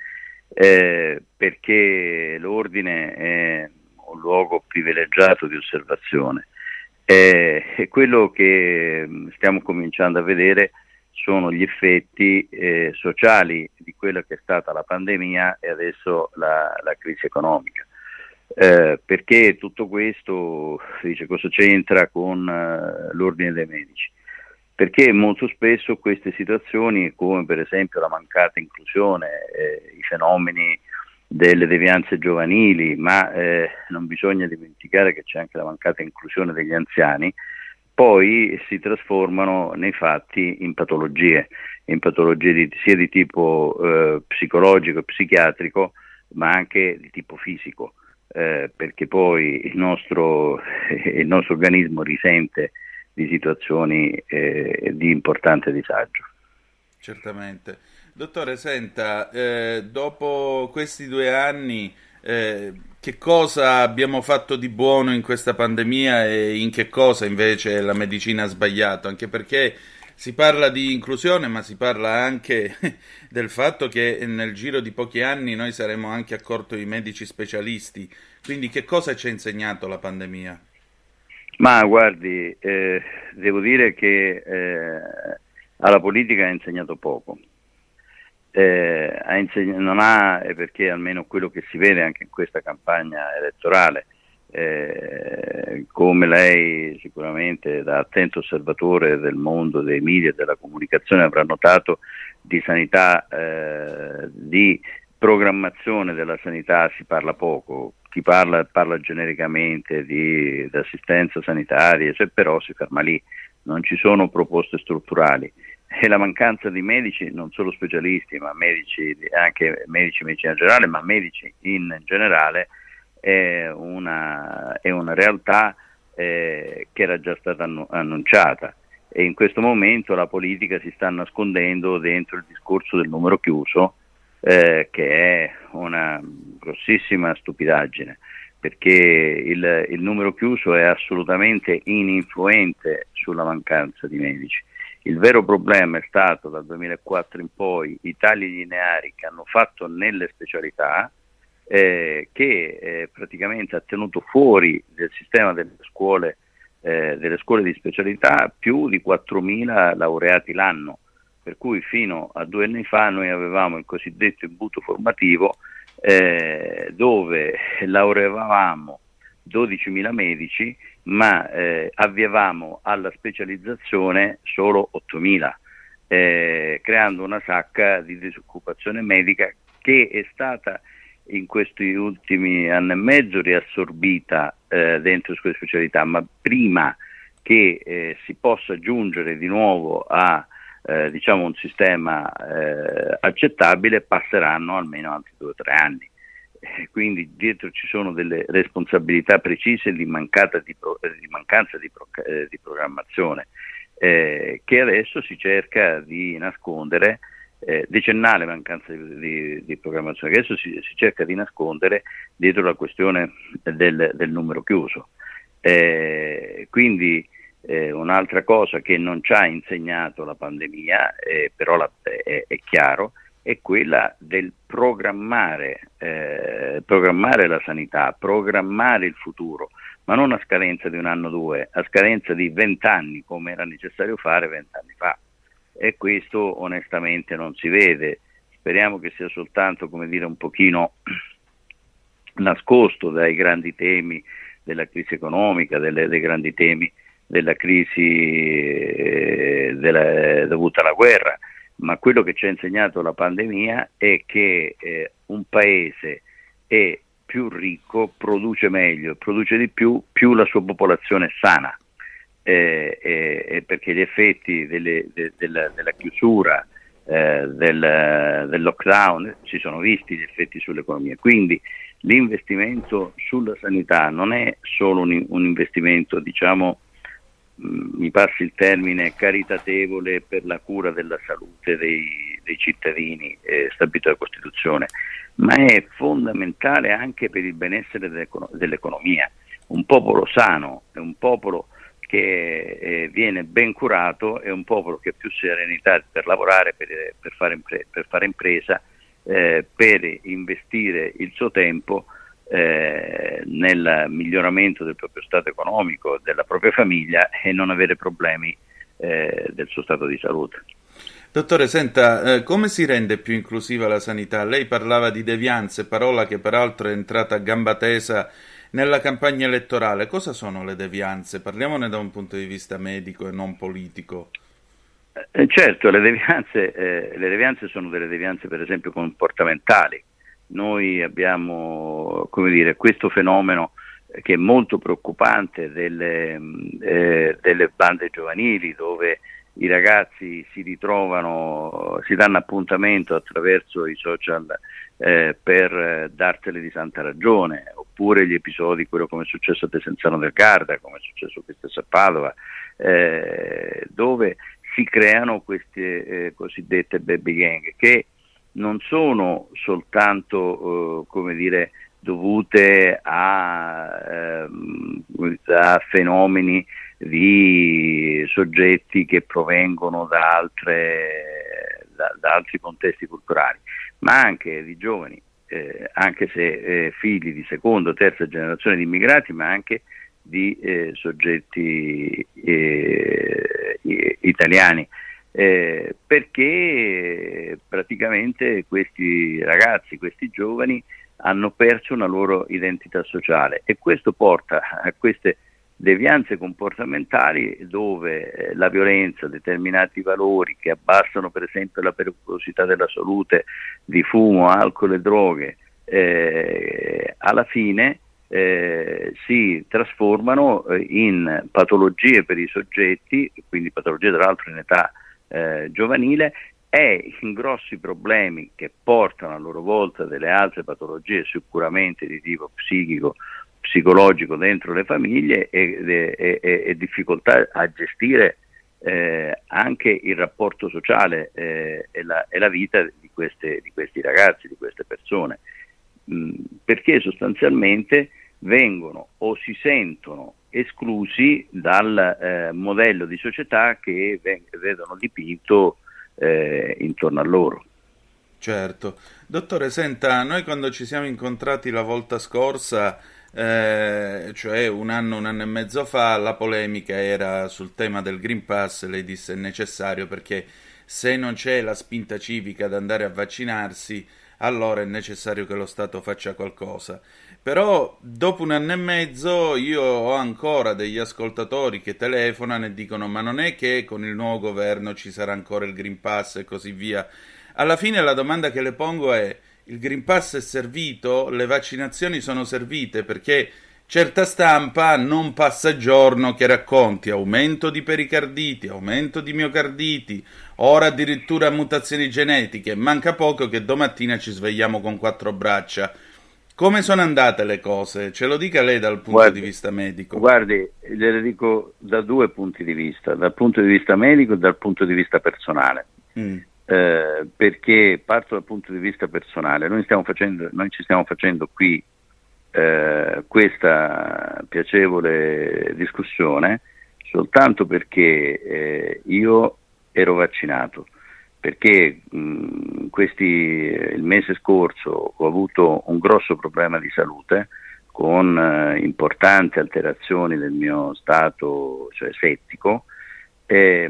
perché l'ordine è un luogo privilegiato di osservazione e quello che stiamo cominciando a vedere sono gli effetti sociali di quella che è stata la pandemia e adesso la crisi economica. Perché tutto questo, si dice, cosa c'entra con l'ordine dei medici? Perché molto spesso queste situazioni, come per esempio la mancata inclusione, i fenomeni delle devianze giovanili, ma non bisogna dimenticare che c'è anche la mancata inclusione degli anziani, poi si trasformano nei fatti in patologie sia di tipo psicologico e psichiatrico, ma anche di tipo fisico, perché poi il nostro organismo risente di situazioni di importante disagio. Certamente. Dottore, senta, dopo questi 2 anni che cosa abbiamo fatto di buono in questa pandemia e in che cosa invece la medicina ha sbagliato? Anche perché si parla di inclusione, ma si parla anche del fatto che nel giro di pochi anni noi saremo anche a corto di medici specialisti. Quindi che cosa ci ha insegnato la pandemia? Ma guardi, devo dire che alla politica ha insegnato poco. Non ha, perché almeno quello che si vede anche in questa campagna elettorale, come lei sicuramente da attento osservatore del mondo dei media e della comunicazione avrà notato, di sanità, di programmazione della sanità si parla poco. Chi parla genericamente di assistenza sanitaria, però si ferma lì, non ci sono proposte strutturali. E la mancanza di medici, non solo specialisti, ma medici, anche medici di medicina generale, ma medici in generale, è una realtà che era già stata annunciata, e in questo momento la politica si sta nascondendo dentro il discorso del numero chiuso, che è una grossissima stupidaggine, perché il numero chiuso è assolutamente ininfluente sulla mancanza di medici. Il vero problema è stato dal 2004 in poi i tagli lineari che hanno fatto nelle specialità, che praticamente ha tenuto fuori del sistema delle scuole delle scuole di specialità più di 4.000 laureati l'anno, per cui fino a 2 anni fa noi avevamo il cosiddetto imbuto formativo dove laureavamo 12.000 medici, ma avviavamo alla specializzazione solo 8.000, creando una sacca di disoccupazione medica che è stata in questi ultimi anni e mezzo riassorbita dentro le scuole di specialità, ma prima che si possa giungere di nuovo a diciamo un sistema accettabile passeranno almeno altri 2 o 3 anni. Quindi dietro ci sono delle responsabilità precise di mancanza di programmazione che adesso si cerca di nascondere, decennale mancanza di programmazione che adesso si cerca di nascondere dietro la questione del numero chiuso. Quindi un'altra cosa che non ci ha insegnato la pandemia, però è chiaro, è quella del programmare la sanità, programmare il futuro, ma non a scadenza di 1 anno o 2, a scadenza di 20 anni, come era necessario fare 20 anni fa. E questo onestamente non si vede. Speriamo che sia soltanto, come dire, un pochino nascosto dai grandi temi della crisi economica, dei grandi temi della crisi dovuta alla guerra, ma quello che ci ha insegnato la pandemia è che un paese è più ricco, produce meglio, produce di più la sua popolazione è sana, perché gli effetti della chiusura, del lockdown, si sono visti gli effetti sull'economia. Quindi l'investimento sulla sanità non è solo un investimento, diciamo, mi passi il termine, caritatevole per la cura della salute dei cittadini stabilito dalla Costituzione, ma è fondamentale anche per il benessere dell'economia. Un popolo sano è un popolo che viene ben curato, è un popolo che ha più serenità per lavorare, per fare impresa, per investire il suo tempo nel miglioramento del proprio stato economico, della propria famiglia e non avere problemi del suo stato di salute. Dottore, senta, come si rende più inclusiva la sanità? Lei parlava di devianze, parola che peraltro è entrata a gamba tesa nella campagna elettorale. Cosa sono le devianze? Parliamone da un punto di vista medico e non politico. Certo, le devianze sono delle devianze per esempio comportamentali. Noi abbiamo, come dire, questo fenomeno che è molto preoccupante delle bande giovanili, dove i ragazzi si ritrovano, si danno appuntamento attraverso i social per dartele di santa ragione, oppure gli episodi, quello come è successo a Desenzano del Garda, come è successo qui stesso a Padova, dove si creano queste cosiddette baby gang che non sono soltanto come dire dovute a fenomeni di soggetti che provengono da altri contesti culturali, ma anche di giovani, anche se figli di seconda o terza generazione di immigrati, ma anche di soggetti italiani, perché praticamente questi ragazzi, questi giovani hanno perso una loro identità sociale e questo porta a queste devianze comportamentali dove la violenza, determinati valori che abbassano per esempio la pericolosità della salute di fumo, alcol e droghe, alla fine si trasformano in patologie per i soggetti, quindi patologie tra l'altro in età giovanile, e in grossi problemi che portano a loro volta delle altre patologie sicuramente di tipo psichico, psicologico dentro le famiglie e difficoltà a gestire anche il rapporto sociale e la vita di questi ragazzi, di queste persone, perché sostanzialmente vengono o si sentono esclusi dal modello di società che vedono dipinto intorno a loro. Certo. Dottore, senta, noi quando ci siamo incontrati la volta scorsa cioè un anno e mezzo fa, la polemica era sul tema del Green Pass. Lei disse è necessario perché se non c'è la spinta civica ad andare a vaccinarsi, allora è necessario che lo Stato faccia qualcosa. Però dopo un anno e mezzo io ho ancora degli ascoltatori che telefonano e dicono ma non è che con il nuovo governo ci sarà ancora il Green Pass e così via. Alla fine la domanda che le pongo è: il Green Pass è servito? Le vaccinazioni sono servite? Perché certa stampa non passa giorno che racconti aumento di pericarditi, aumento di miocarditi, ora addirittura mutazioni genetiche. Manca poco che domattina ci svegliamo con 4 braccia. Come sono andate le cose? Ce lo dica lei dal punto di vista medico. Guardi, gliele dico da 2 punti di vista, dal punto di vista medico e dal punto di vista personale. Perché parto dal punto di vista personale. Noi ci stiamo facendo qui questa piacevole discussione soltanto perché io ero vaccinato, perché il mese scorso ho avuto un grosso problema di salute con importanti alterazioni del mio stato, cioè settico, e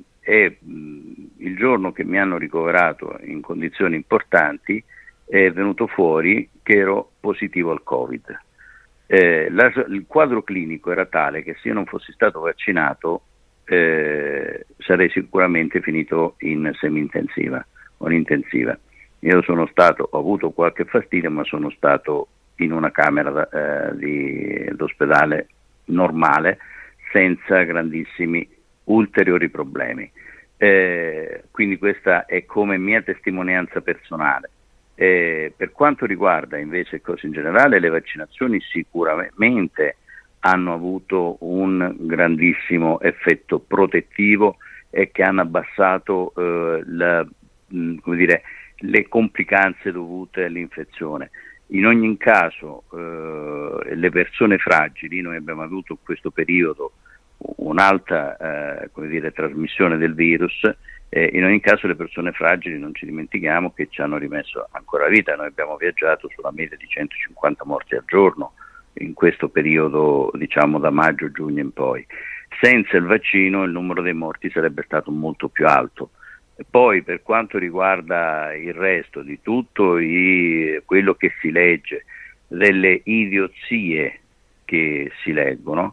il giorno che mi hanno ricoverato in condizioni importanti è venuto fuori che ero positivo al Covid. Il quadro clinico era tale che se io non fossi stato vaccinato sarei sicuramente finito in semi-intensiva o in intensiva. Io ho avuto qualche fastidio, ma sono stato in una camera d'ospedale normale senza grandissimi ulteriori problemi. Quindi questa è come mia testimonianza personale. Per quanto riguarda invece cose in generale, le vaccinazioni sicuramente hanno avuto un grandissimo effetto protettivo e che hanno abbassato le complicanze dovute all'infezione. In ogni caso le persone fragili, noi abbiamo avuto in questo periodo un'alta trasmissione del virus, in ogni caso le persone fragili non ci dimentichiamo che ci hanno rimesso ancora vita. Noi abbiamo viaggiato sulla media di 150 morti al giorno in questo periodo, diciamo da maggio-giugno in poi. Senza il vaccino il numero dei morti sarebbe stato molto più alto. E poi per quanto riguarda il resto di tutto quello che si legge, delle idiozie che si leggono,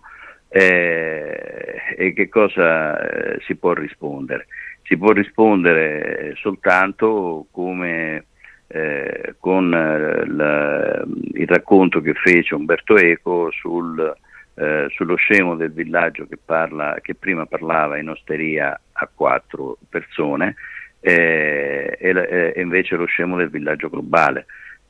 e che cosa si può rispondere? Si può rispondere soltanto come con il racconto che fece Umberto Eco sullo scemo del villaggio che prima parlava in osteria a 4 persone e invece lo scemo del villaggio globale.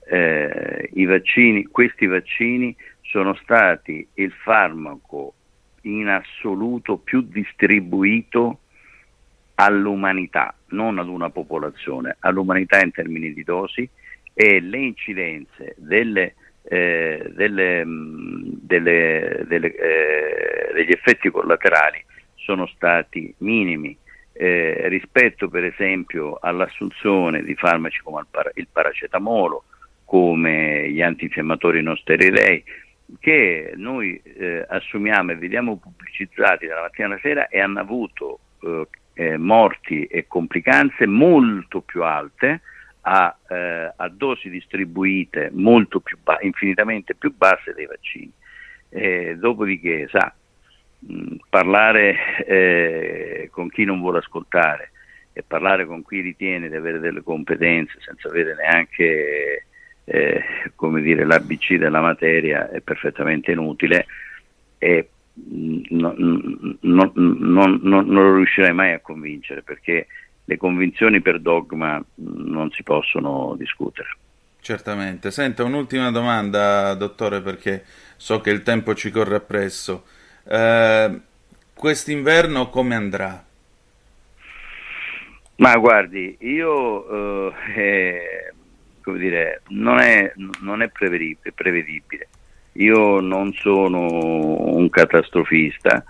Questi vaccini sono stati il farmaco in assoluto più distribuito all'umanità, non ad una popolazione, all'umanità in termini di dosi, e le incidenze degli effetti collaterali sono stati minimi rispetto per esempio all'assunzione di farmaci come il paracetamolo, come gli antinfiammatori non steroidei, che noi assumiamo e vediamo pubblicizzati dalla mattina alla sera, e hanno avuto morti e complicanze molto più alte a dosi distribuite infinitamente più basse dei vaccini. Dopodiché, parlare con chi non vuole ascoltare e parlare con chi ritiene di avere delle competenze senza avere neanche l'ABC della materia è perfettamente inutile, e non lo riuscirai mai a convincere, perché le convinzioni per dogma non si possono discutere. Certamente. Senta, un'ultima domanda, dottore, perché so che il tempo ci corre appresso. Quest'inverno come andrà? Ma guardi, io non è prevedibile. Io non sono un catastrofista,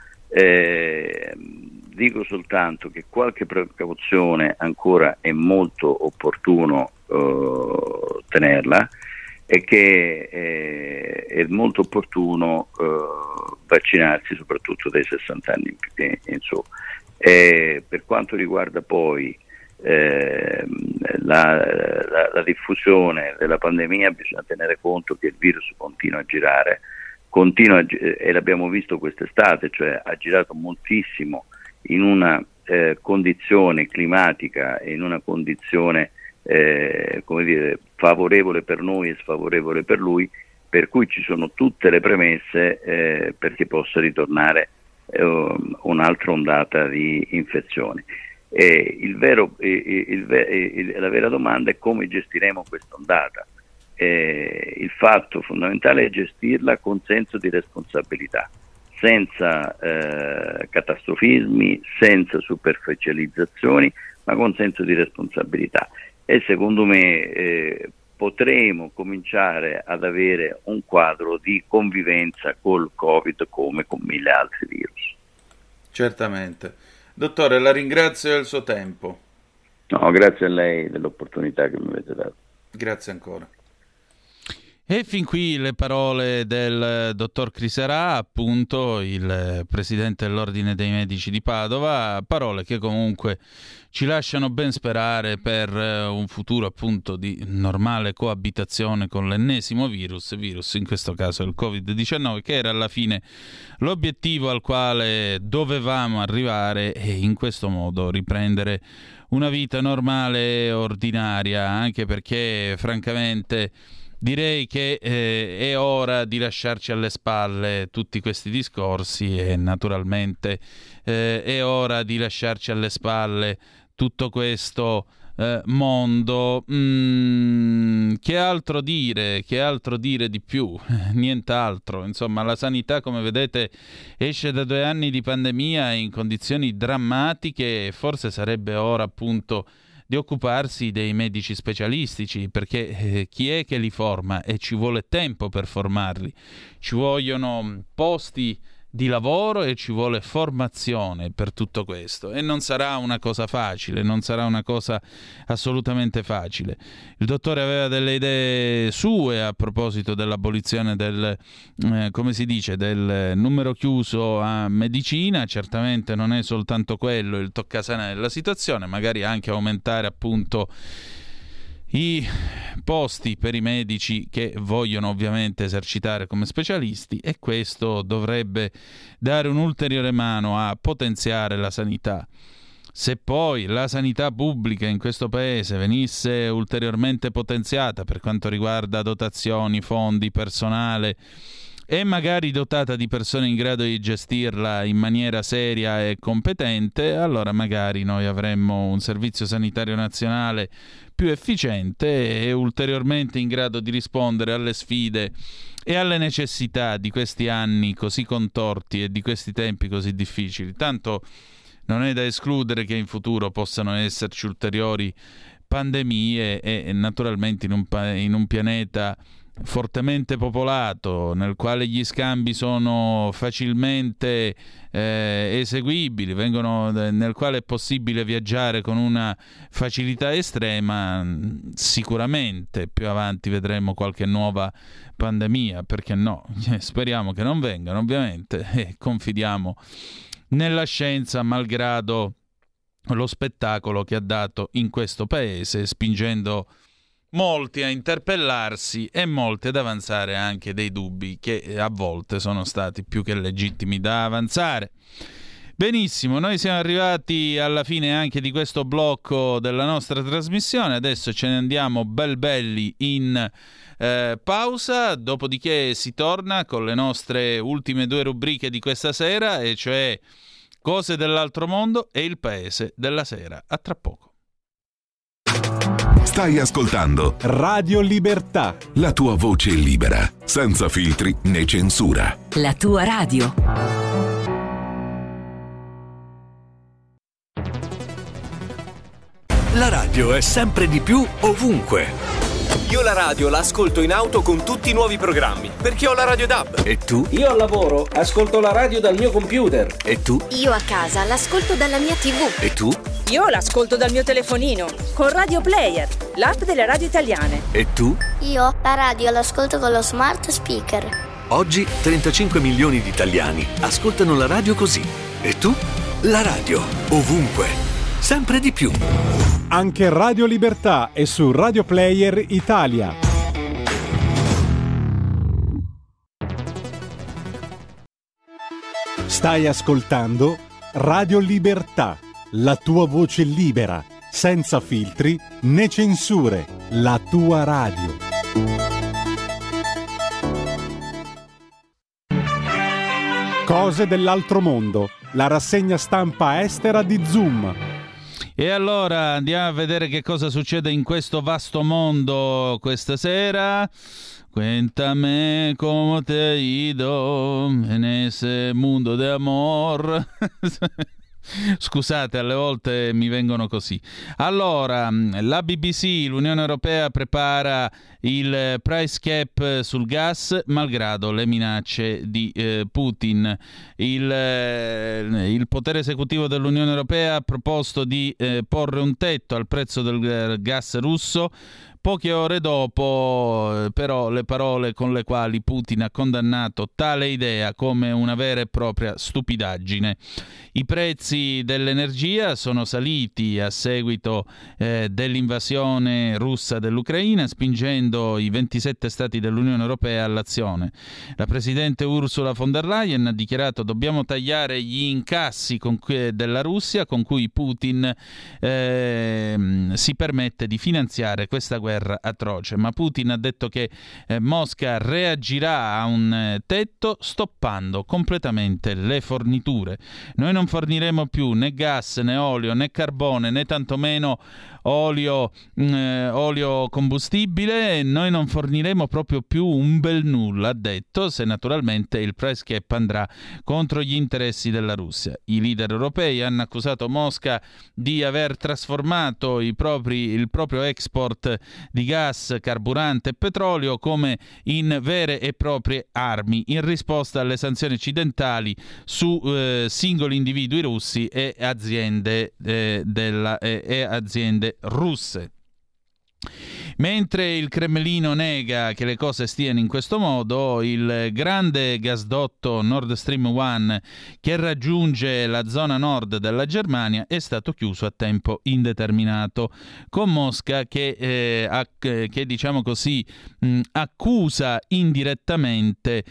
dico soltanto che qualche precauzione ancora è molto opportuno tenerla, è che è molto opportuno vaccinarsi, soprattutto dai 60 anni in su. Per quanto riguarda poi la diffusione della pandemia, bisogna tenere conto che il virus continua a girare, e l'abbiamo visto quest'estate, cioè ha girato moltissimo in una condizione climatica e in una condizione come dire, favorevole per noi e sfavorevole per lui, per cui ci sono tutte le premesse perché possa ritornare un'altra ondata di infezioni. La vera domanda è come gestiremo questa ondata. Il fatto fondamentale è gestirla con senso di responsabilità, senza catastrofismi, senza superficializzazioni, ma con senso di responsabilità. E secondo me potremo cominciare ad avere un quadro di convivenza col Covid come con 1000 altri virus. Certamente. Dottore, la ringrazio del suo tempo. No, grazie a lei dell'opportunità che mi avete dato. Grazie ancora. E fin qui le parole del dottor Criserà, appunto il presidente dell'Ordine dei Medici di Padova, parole che comunque ci lasciano ben sperare per un futuro appunto di normale coabitazione con l'ennesimo virus, in questo caso il Covid-19, che era alla fine l'obiettivo al quale dovevamo arrivare e in questo modo riprendere una vita normale e ordinaria, anche perché francamente direi che è ora di lasciarci alle spalle tutti questi discorsi e naturalmente è ora di lasciarci alle spalle tutto questo mondo. Che altro dire di più? Nient'altro. Insomma, la sanità, come vedete, esce da 2 anni di pandemia in condizioni drammatiche e forse sarebbe ora appunto di occuparsi dei medici specialistici, perché chi è che li forma? E ci vuole tempo per formarli, ci vogliono posti di lavoro e ci vuole formazione per tutto questo, e non sarà una cosa facile, non sarà una cosa assolutamente facile. Il dottore aveva delle idee sue a proposito dell'abolizione del del numero chiuso a medicina. Certamente non è soltanto quello il toccasana della situazione, magari anche aumentare appunto i posti per i medici che vogliono ovviamente esercitare come specialisti, e questo dovrebbe dare un'ulteriore mano a potenziare la sanità. Se poi la sanità pubblica in questo paese venisse ulteriormente potenziata per quanto riguarda dotazioni, fondi, personale, e magari dotata di persone in grado di gestirla in maniera seria e competente, allora magari noi avremmo un servizio sanitario nazionale più efficiente e ulteriormente in grado di rispondere alle sfide e alle necessità di questi anni così contorti e di questi tempi così difficili. Tanto non è da escludere che in futuro possano esserci ulteriori pandemie e naturalmente in un pianeta fortemente popolato, nel quale gli scambi sono facilmente eseguibili, nel quale è possibile viaggiare con una facilità estrema, sicuramente più avanti vedremo qualche nuova pandemia, perché no? Speriamo che non vengano, ovviamente, e confidiamo nella scienza, malgrado lo spettacolo che ha dato in questo paese, spingendo molti a interpellarsi e molti ad avanzare anche dei dubbi che a volte sono stati più che legittimi da avanzare. Benissimo, noi siamo arrivati alla fine anche di questo blocco della nostra trasmissione. Adesso ce ne andiamo belli in pausa, dopodiché si torna con le nostre ultime 2 rubriche di questa sera, e cioè Cose dell'altro mondo e Il paese della sera. A tra poco. Stai ascoltando Radio Libertà, la tua voce libera, senza filtri né censura. La tua radio. La radio è sempre di più ovunque. Io la radio la ascolto in auto con tutti i nuovi programmi, perché ho la Radio DAB. E tu? Io al lavoro ascolto la radio dal mio computer. E tu? Io a casa l'ascolto dalla mia TV. E tu? Io l'ascolto dal mio telefonino, con Radio Player, l'app delle radio italiane. E tu? Io la radio l'ascolto con lo smart speaker. Oggi 35 milioni di italiani ascoltano la radio così. E tu? La radio, ovunque, sempre di più. Anche Radio Libertà è su Radio Player Italia. Stai ascoltando Radio Libertà, la tua voce libera, senza filtri né censure, la tua radio. Cose dell'altro mondo, la rassegna stampa estera di Zoom. E allora andiamo a vedere che cosa succede in questo vasto mondo questa sera. Cuéntame cómo te ha ido en ese mundo de amor. Scusate, alle volte mi vengono così. Allora, la BBC, l'Unione Europea prepara il price cap sul gas malgrado le minacce di Putin. Il potere esecutivo dell'Unione Europea ha proposto di porre un tetto al prezzo del gas russo. Poche ore dopo, però, le parole con le quali Putin ha condannato tale idea come una vera e propria stupidaggine. I prezzi dell'energia sono saliti a seguito dell'invasione russa dell'Ucraina, spingendo i 27 stati dell'Unione Europea all'azione. La presidente Ursula von der Leyen ha dichiarato: dobbiamo tagliare gli incassi della Russia con cui Putin si permette di finanziare questa guerra atroce, ma Putin ha detto che Mosca reagirà a un tetto stoppando completamente le forniture. Noi non forniremo più né gas né olio né carbone né tantomeno olio combustibile, e noi non forniremo proprio più un bel nulla, ha detto, se naturalmente il price cap andrà contro gli interessi della Russia. I leader europei hanno accusato Mosca di aver trasformato il proprio export di gas, carburante e petrolio come in vere e proprie armi in risposta alle sanzioni occidentali su singoli individui russi e aziende aziende russe. Mentre il Cremlino nega che le cose stiano in questo modo, il grande gasdotto Nord Stream 1 che raggiunge la zona nord della Germania è stato chiuso a tempo indeterminato, con Mosca che diciamo così accusa direttamente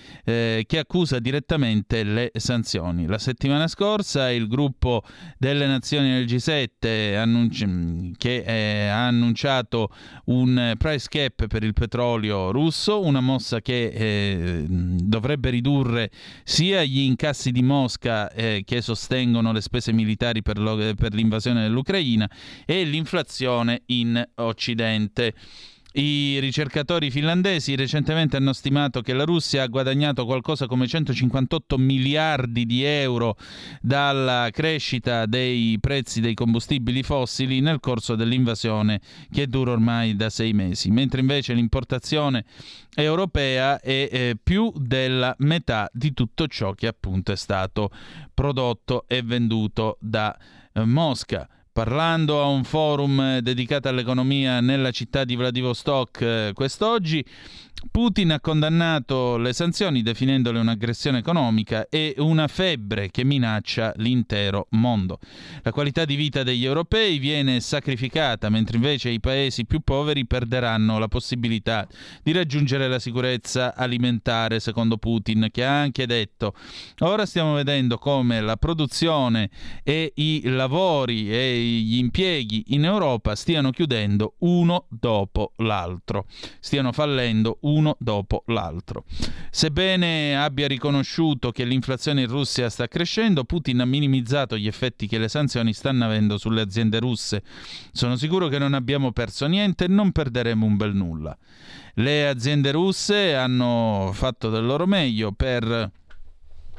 le sanzioni. La settimana scorsa il gruppo delle nazioni del G7 ha annunciato un price cap per il petrolio russo, una mossa che dovrebbe ridurre sia gli incassi di Mosca che sostengono le spese militari per l'invasione dell'Ucraina e l'inflazione in Occidente. I ricercatori finlandesi recentemente hanno stimato che la Russia ha guadagnato qualcosa come 158 miliardi di euro dalla crescita dei prezzi dei combustibili fossili nel corso dell'invasione che dura ormai da 6 mesi, mentre invece l'importazione europea è più della metà di tutto ciò che appunto è stato prodotto e venduto da Mosca. Parlando a un forum dedicato all'economia nella città di Vladivostok quest'oggi, Putin ha condannato le sanzioni definendole un'aggressione economica e una febbre che minaccia l'intero mondo. La qualità di vita degli europei viene sacrificata, mentre invece i paesi più poveri perderanno la possibilità di raggiungere la sicurezza alimentare, secondo Putin, che ha anche detto: ora stiamo vedendo come la produzione e i lavori e gli impieghi in Europa stiano chiudendo uno dopo l'altro, stiano fallendo uno dopo l'altro. Sebbene abbia riconosciuto che l'inflazione in Russia sta crescendo, Putin ha minimizzato gli effetti che le sanzioni stanno avendo sulle aziende russe. Sono sicuro che non abbiamo perso niente e non perderemo un bel nulla. Le aziende russe hanno fatto del loro meglio per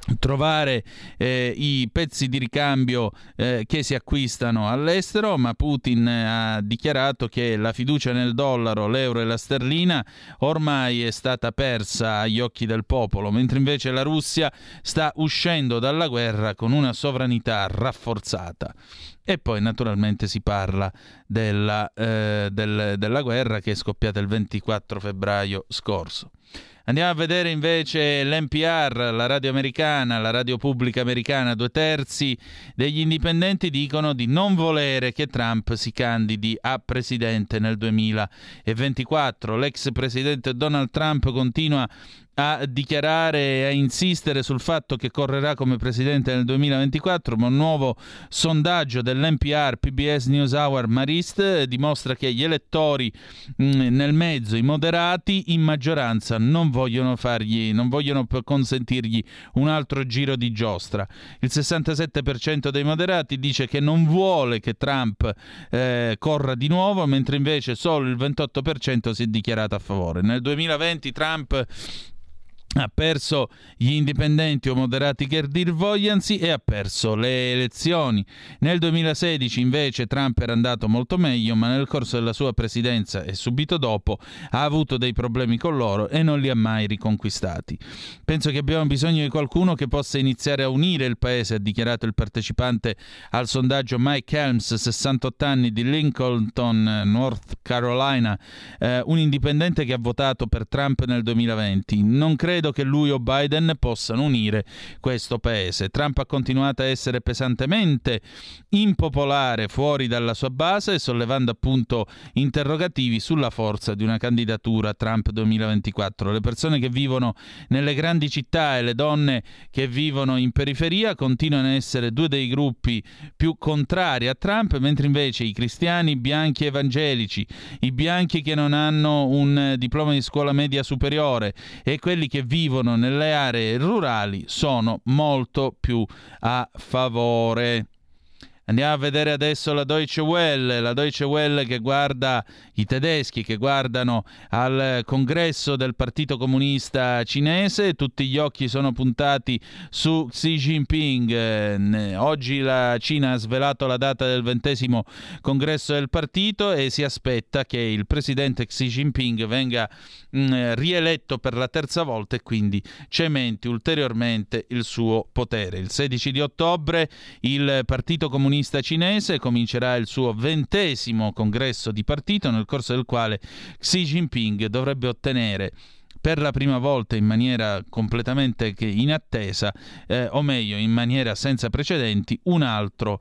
trovare i pezzi di ricambio che si acquistano all'estero, ma Putin ha dichiarato che la fiducia nel dollaro, l'euro e la sterlina ormai è stata persa agli occhi del popolo, mentre invece la Russia sta uscendo dalla guerra con una sovranità rafforzata. E poi naturalmente si parla della guerra che è scoppiata il 24 febbraio scorso. Andiamo a vedere invece l'NPR, la radio americana, la radio pubblica americana. 2/3 degli indipendenti dicono di non volere che Trump si candidi a presidente nel 2024. L'ex presidente Donald Trump continua a dichiarare e a insistere sul fatto che correrà come presidente nel 2024, ma un nuovo sondaggio dell'NPR PBS NewsHour Marist dimostra che gli elettori nel mezzo, i moderati, in maggioranza non vogliono consentirgli un altro giro di giostra. Il 67% dei moderati dice che non vuole che Trump corra di nuovo, mentre invece solo il 28% si è dichiarato a favore. Nel 2020 Trump ha perso gli indipendenti o moderati che dir vogliansi e ha perso le elezioni. Nel 2016 invece Trump era andato molto meglio, ma nel corso della sua presidenza e subito dopo ha avuto dei problemi con loro e non li ha mai riconquistati. Penso che abbiamo bisogno di qualcuno che possa iniziare a unire il paese, ha dichiarato il partecipante al sondaggio Mike Helms, 68 anni, di Lincolnton, North Carolina, un indipendente che ha votato per Trump nel 2020. Non credo che lui o Biden possano unire questo paese. Trump ha continuato a essere pesantemente impopolare fuori dalla sua base, sollevando appunto interrogativi sulla forza di una candidatura Trump 2024. Le persone che vivono nelle grandi città e le donne che vivono in periferia continuano a essere due dei gruppi più contrari a Trump, mentre invece i cristiani, bianchi evangelici, i bianchi che non hanno un diploma di scuola media superiore e quelli che vivono nelle aree rurali sono molto più a favore. Andiamo a vedere adesso la Deutsche Welle che guarda i tedeschi che guardano al congresso del Partito Comunista Cinese. Tutti gli occhi sono puntati su Xi Jinping. Oggi la Cina ha svelato la data del 20° congresso del partito e si aspetta che il presidente Xi Jinping venga rieletto per la terza volta e quindi cementi ulteriormente il suo potere. Il 16 di ottobre il Partito Comunista Cinese comincerà il suo 20° congresso di partito, nel corso del quale Xi Jinping dovrebbe ottenere per la prima volta in maniera completamente inattesa, o meglio in maniera senza precedenti, un altro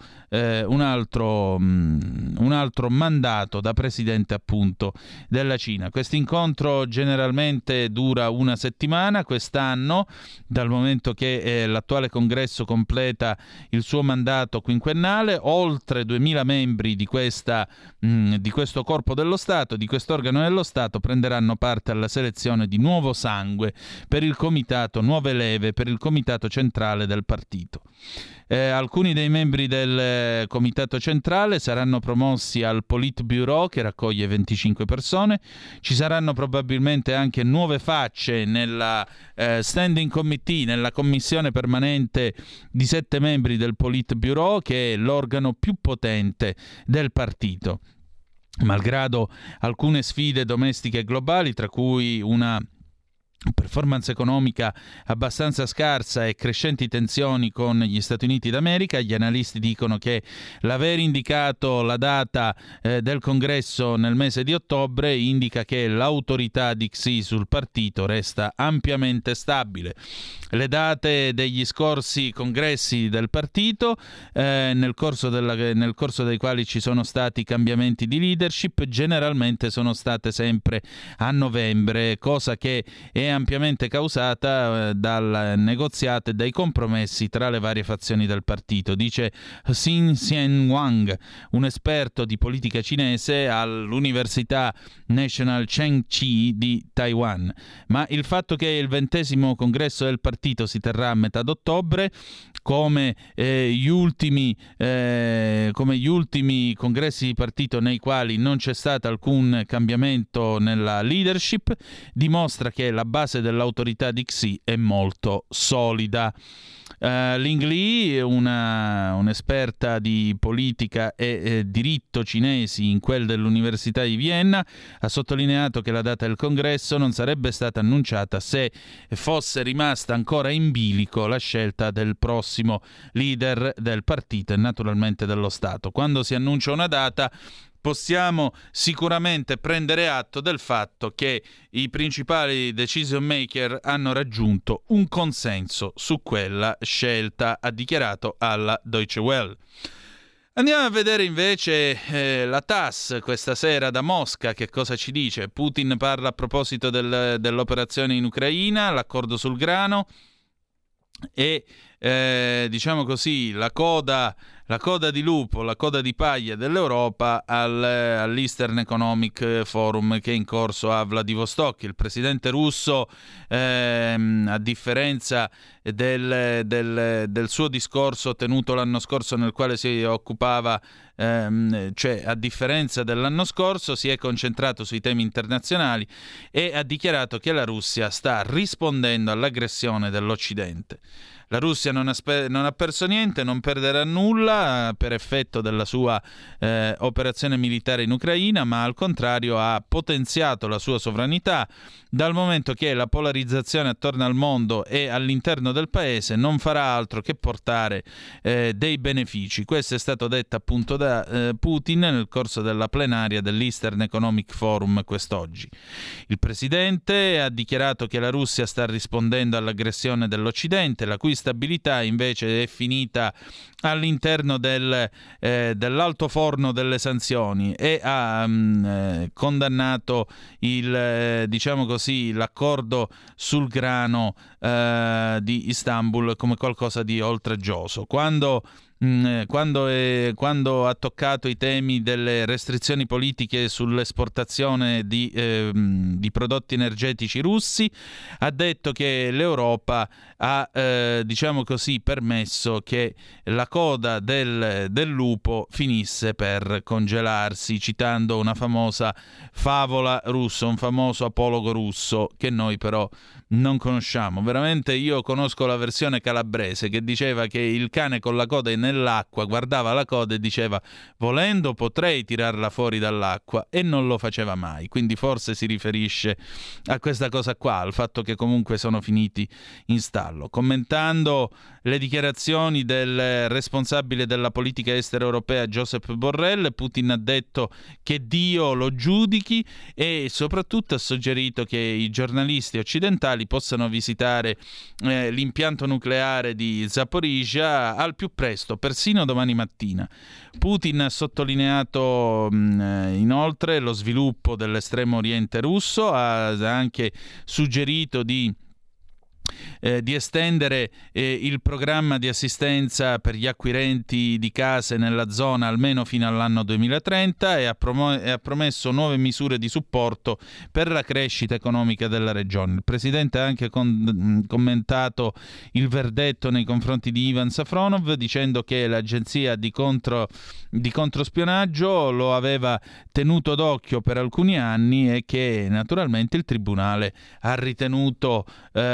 mandato da presidente appunto della Cina. Questo incontro generalmente dura una settimana quest'anno, dal momento che l'attuale congresso completa il suo mandato quinquennale. Oltre 2000 membri di questo corpo dello Stato, di quest'organo dello Stato, prenderanno parte alla selezione di nuovo sangue per il comitato, nuove leve per il comitato centrale del partito. Alcuni dei membri del comitato centrale saranno promossi al Politburo, che raccoglie 25 persone. Ci saranno probabilmente anche nuove facce nella Standing Committee, nella commissione permanente di 7 membri del Politburo, che è l'organo più potente del partito. Malgrado alcune sfide domestiche e globali, tra cui una performance economica abbastanza scarsa e crescenti tensioni con gli Stati Uniti d'America, gli analisti dicono che l'aver indicato la data del congresso nel mese di ottobre indica che l'autorità di Xi sul partito resta ampiamente stabile. Le date degli scorsi congressi del partito, nel corso dei quali ci sono stati cambiamenti di leadership, generalmente sono state sempre a novembre, cosa che è ampiamente causata dal negoziato e dai compromessi tra le varie fazioni del partito, dice Xin Xianwang, un esperto di politica cinese all'Università National Cheng Chi di Taiwan. Ma il fatto che il 20° congresso del partito si terrà a metà d'ottobre, come gli ultimi congressi di partito nei quali non c'è stato alcun cambiamento nella leadership, dimostra che la base base dell'autorità di Xi è molto solida. Ling Li, un'esperta di politica e diritto cinesi in quel dell'Università di Vienna, ha sottolineato che la data del congresso non sarebbe stata annunciata se fosse rimasta ancora in bilico la scelta del prossimo leader del partito e naturalmente dello Stato. Quando si annuncia una data, possiamo sicuramente prendere atto del fatto che i principali decision maker hanno raggiunto un consenso su quella scelta, ha dichiarato alla Deutsche Welle. Andiamo a vedere invece la TASS questa sera da Mosca, che cosa ci dice. Putin parla a proposito dell'operazione in Ucraina, l'accordo sul grano e diciamo così la coda di lupo, la coda di paglia dell'Europa all'Eastern Economic Forum che è in corso a Vladivostok. Il presidente russo, a differenza del suo discorso tenuto l'anno scorso, nel quale si occupava, cioè a differenza dell'anno scorso, si è concentrato sui temi internazionali e ha dichiarato che la Russia sta rispondendo all'aggressione dell'Occidente. La Russia non ha perso niente, non perderà nulla per effetto della sua operazione militare in Ucraina, ma al contrario ha potenziato la sua sovranità, dal momento che la polarizzazione attorno al mondo e all'interno del paese non farà altro che portare dei benefici. Questo è stato detto appunto da Putin nel corso della plenaria dell'Eastern Economic Forum quest'oggi. Il presidente ha dichiarato che la Russia sta rispondendo all'aggressione dell'Occidente, la cui stabilità invece è finita all'interno dell'alto forno delle sanzioni, e ha condannato diciamo così, l'accordo sul grano di Istanbul come qualcosa di oltraggioso. Quando ha toccato i temi delle restrizioni politiche sull'esportazione di prodotti energetici russi, ha detto che l'Europa ha diciamo così permesso che la coda del lupo finisse per congelarsi, citando una famosa favola russa, un famoso apologo russo che noi però non conosciamo. Veramente io conosco la versione calabrese che diceva che il cane con la coda nell'acqua guardava la coda e diceva: volendo potrei tirarla fuori dall'acqua, e non lo faceva mai. Quindi forse si riferisce a questa cosa qua, al fatto che comunque sono finiti in stallo. Commentando le dichiarazioni del responsabile della politica estera europea Josep Borrell, Putin ha detto che Dio lo giudichi e soprattutto ha suggerito che i giornalisti occidentali possano visitare l'impianto nucleare di Zaporizhzhia al più presto, persino domani mattina. Putin ha sottolineato inoltre lo sviluppo dell'estremo oriente russo, ha anche suggerito di estendere il programma di assistenza per gli acquirenti di case nella zona almeno fino all'anno 2030 e ha promesso nuove misure di supporto per la crescita economica della regione. Il presidente ha anche commentato il verdetto nei confronti di Ivan Safronov, dicendo che l'agenzia di controspionaggio lo aveva tenuto d'occhio per alcuni anni e che naturalmente il tribunale ha ritenuto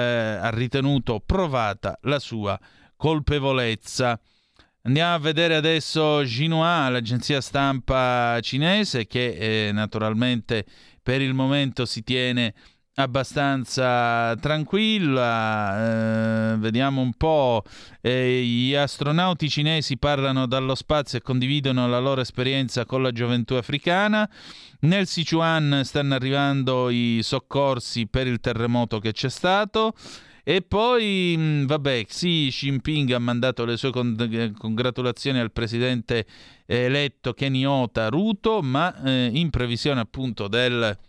provata la sua colpevolezza. Andiamo a vedere adesso Xinhua, l'agenzia stampa cinese, che naturalmente per il momento si tiene abbastanza tranquilla. Vediamo un po'. Gli astronauti cinesi parlano dallo spazio e condividono la loro esperienza con la gioventù africana. Nel Sichuan stanno arrivando i soccorsi per il terremoto che c'è stato. E poi, Xi Jinping ha mandato le sue congratulazioni al presidente eletto keniota Ruto, ma in previsione appunto del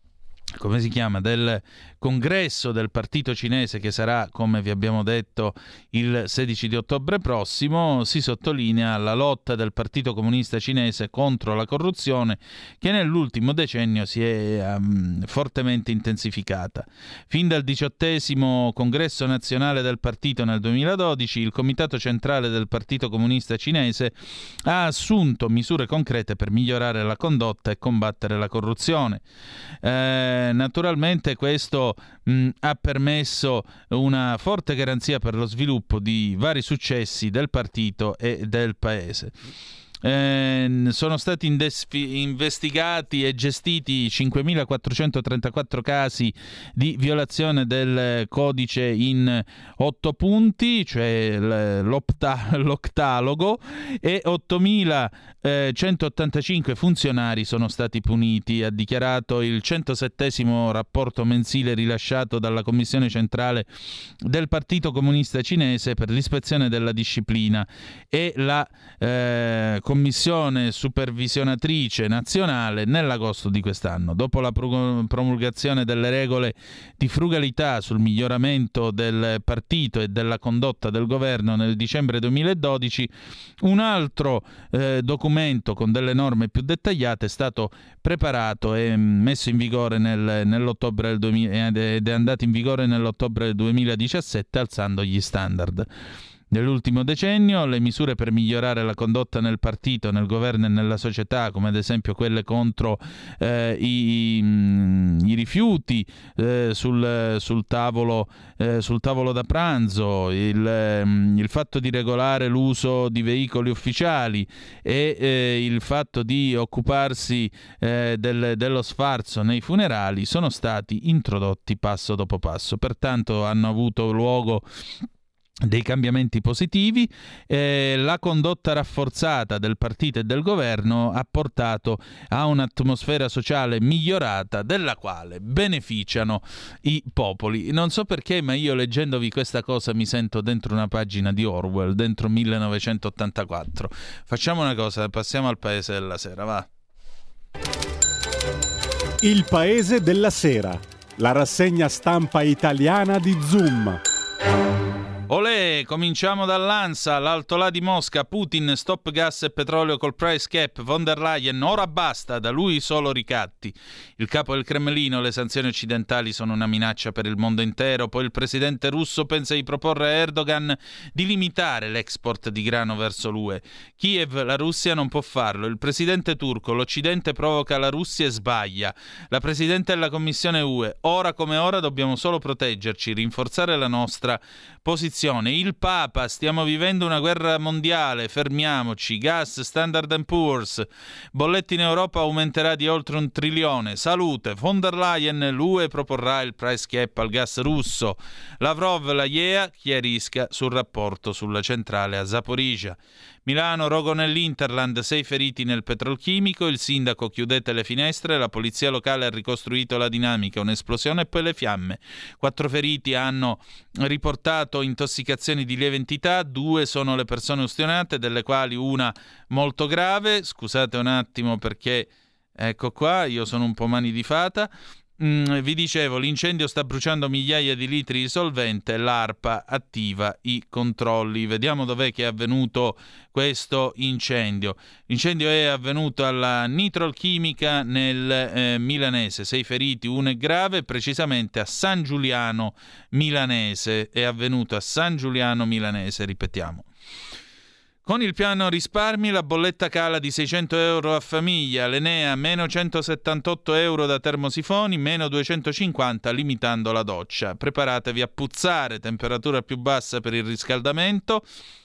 congresso del partito cinese, che sarà, come vi abbiamo detto, il 16 di ottobre prossimo, si sottolinea la lotta del Partito Comunista Cinese contro la corruzione, che nell'ultimo decennio si è fortemente intensificata. Fin dal 18° congresso nazionale del partito nel 2012, il Comitato Centrale del Partito Comunista Cinese ha assunto misure concrete per migliorare la condotta e combattere la corruzione. Naturalmente questo ha permesso una forte garanzia per lo sviluppo di vari successi del partito e del paese. Sono stati investigati e gestiti 5.434 casi di violazione del codice in 8 punti, cioè l'octalogo, e 8.185 funzionari sono stati puniti, ha dichiarato il 107° rapporto mensile rilasciato dalla Commissione Centrale del Partito Comunista Cinese per l'ispezione della disciplina e la Commissione Supervisionatrice Nazionale nell'agosto di quest'anno. Dopo la promulgazione delle regole di frugalità sul miglioramento del partito e della condotta del governo nel dicembre 2012, un altro documento con delle norme più dettagliate è stato preparato e messo in vigore nell'ottobre ed è andato in vigore nell'ottobre del 2017, alzando gli standard. Nell'ultimo decennio le misure per migliorare la condotta nel partito, nel governo e nella società, come ad esempio quelle contro i rifiuti sul tavolo da pranzo, il fatto di regolare l'uso di veicoli ufficiali e il fatto di occuparsi dello sfarzo nei funerali sono stati introdotti passo dopo passo. Pertanto hanno avuto luogo dei cambiamenti positivi. La condotta rafforzata del partito e del governo ha portato a un'atmosfera sociale migliorata della quale beneficiano i popoli. Non so perché, ma io leggendovi questa cosa mi sento dentro una pagina di Orwell, dentro 1984. Facciamo una cosa, passiamo al Paese della Sera, va. Il Paese della Sera, la rassegna stampa italiana di Zoom. Olè, cominciamo dall'ANSA, l'Alto là di Mosca, Putin, stop gas e petrolio col price cap, von der Leyen, ora basta, da lui solo ricatti. Il capo del Cremlino, le sanzioni occidentali sono una minaccia per il mondo intero, poi il presidente russo pensa di proporre a Erdogan di limitare l'export di grano verso l'UE. Kiev, la Russia non può farlo, il presidente turco, l'Occidente provoca la Russia e sbaglia. La presidente della Commissione UE, ora come ora dobbiamo solo proteggerci, rinforzare la nostra posizione. Il Papa, stiamo vivendo una guerra mondiale, fermiamoci. Gas, Standard & Poor's, bolletti in Europa aumenterà di oltre 1 trilione. Salute, von der Leyen, l'UE proporrà il price cap al gas russo. Lavrov, la IEA chiarisca sul rapporto sulla centrale a Zaporizhzhia. Milano, rogo nell'Interland, 6 feriti nel petrolchimico, il sindaco chiudete le finestre, la polizia locale ha ricostruito la dinamica, un'esplosione e poi le fiamme. 4 feriti hanno riportato intossicazioni di lieve entità, 2 sono le persone ustionate, delle quali una molto grave. Scusate un attimo perché, ecco qua, io sono un po' mani di fata. Vi dicevo, l'incendio sta bruciando migliaia di litri di solvente, l'ARPA attiva i controlli. Vediamo dov'è che è avvenuto questo incendio. L'incendio è avvenuto alla Nitrolchimica nel Milanese, 6 feriti, 1 è grave, precisamente a San Giuliano Milanese, è avvenuto a San Giuliano Milanese, ripetiamo. Con il piano risparmi la bolletta cala di 600 euro a famiglia, l'Enea meno 178 euro da termosifoni, meno 250 limitando la doccia. Preparatevi a puzzare, temperatura più bassa per il riscaldamento.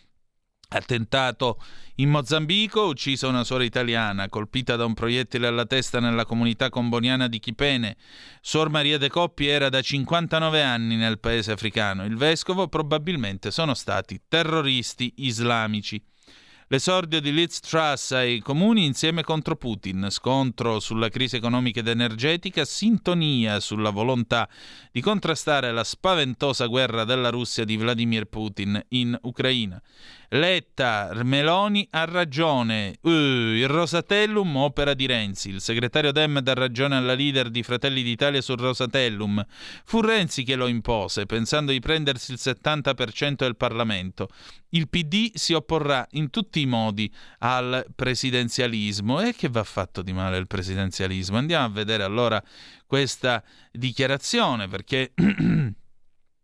Attentato in Mozambico, uccisa una suora italiana, colpita da un proiettile alla testa nella comunità comboniana di Chipene. Suor Maria De Coppi era da 59 anni nel paese africano. Il vescovo probabilmente sono stati terroristi islamici. L'esordio di Liz Truss ai comuni insieme contro Putin, scontro sulla crisi economica ed energetica, sintonia sulla volontà di contrastare la spaventosa guerra della Russia di Vladimir Putin in Ucraina. Letta, Meloni ha ragione, il Rosatellum opera di Renzi, il segretario Dem dà ragione alla leader di Fratelli d'Italia sul Rosatellum, fu Renzi che lo impose pensando di prendersi il 70% del Parlamento. Il PD si opporrà in tutti i modi al presidenzialismo. E che va fatto di male il presidenzialismo? Andiamo a vedere allora questa dichiarazione, perché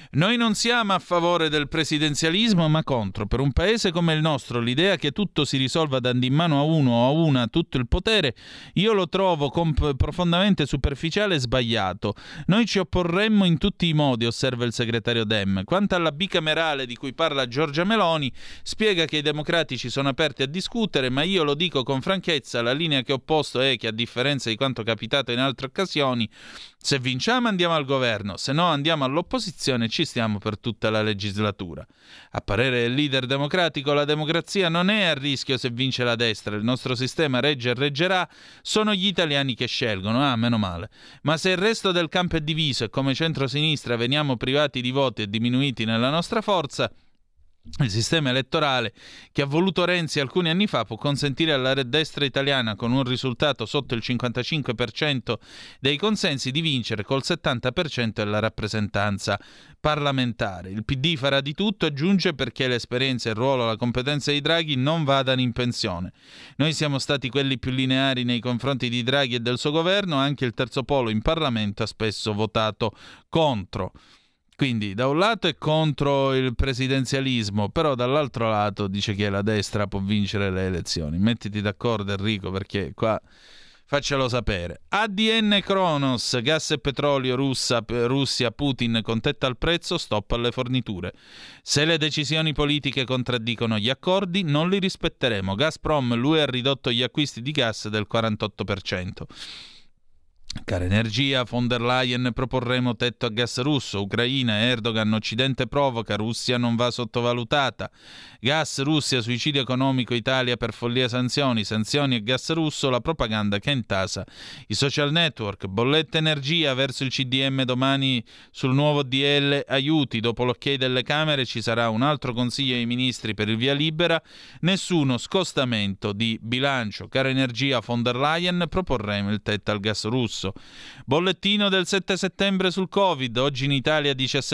Noi non siamo a favore del presidenzialismo, ma contro. Per un paese come il nostro, l'idea che tutto si risolva dando in mano a uno o a una tutto il potere, io lo trovo profondamente superficiale e sbagliato. Noi ci opporremmo in tutti i modi, osserva il segretario Dem. Quanto alla bicamerale di cui parla Giorgia Meloni, spiega che i democratici sono aperti a discutere, ma io lo dico con franchezza, la linea che ho posto è che, a differenza di quanto capitato in altre occasioni, se vinciamo andiamo al governo, se no andiamo all'opposizione e ci stiamo per tutta la legislatura. A parere del leader democratico, la democrazia non è a rischio se vince la destra, il nostro sistema regge e reggerà, sono gli italiani che scelgono, meno male. Ma se il resto del campo è diviso e come centrosinistra veniamo privati di voti e diminuiti nella nostra forza, il sistema elettorale che ha voluto Renzi alcuni anni fa può consentire alla destra italiana, con un risultato sotto il 55% dei consensi, di vincere col 70% della rappresentanza parlamentare. Il PD farà di tutto, aggiunge, perché l'esperienza, il ruolo, la competenza di Draghi non vadano in pensione. Noi siamo stati quelli più lineari nei confronti di Draghi e del suo governo, anche il terzo polo in Parlamento ha spesso votato contro. Quindi da un lato è contro il presidenzialismo, però dall'altro lato dice che la destra può vincere le elezioni. Mettiti d'accordo, Enrico, perché qua faccelo sapere. ADN Kronos, gas e petrolio, Russia, Putin contetta il prezzo, stop alle forniture. Se le decisioni politiche contraddicono gli accordi, non li rispetteremo. Gazprom, l'UE ha ridotto gli acquisti di gas del 48%. Cara energia, von der Leyen, proporremo tetto a gas russo. Ucraina, Erdogan, Occidente provoca, Russia non va sottovalutata. Gas, Russia, suicidio economico, Italia per follia sanzioni e gas russo, la propaganda che intasa i social network. Bolletta energia verso il CDM domani sul nuovo DL aiuti. Dopo l'ok delle Camere ci sarà un altro Consiglio dei Ministri per il via libera. Nessuno scostamento di bilancio. Cara energia, von der Leyen, proporremo il tetto al gas russo. Bollettino del 7 settembre sul Covid. Oggi in Italia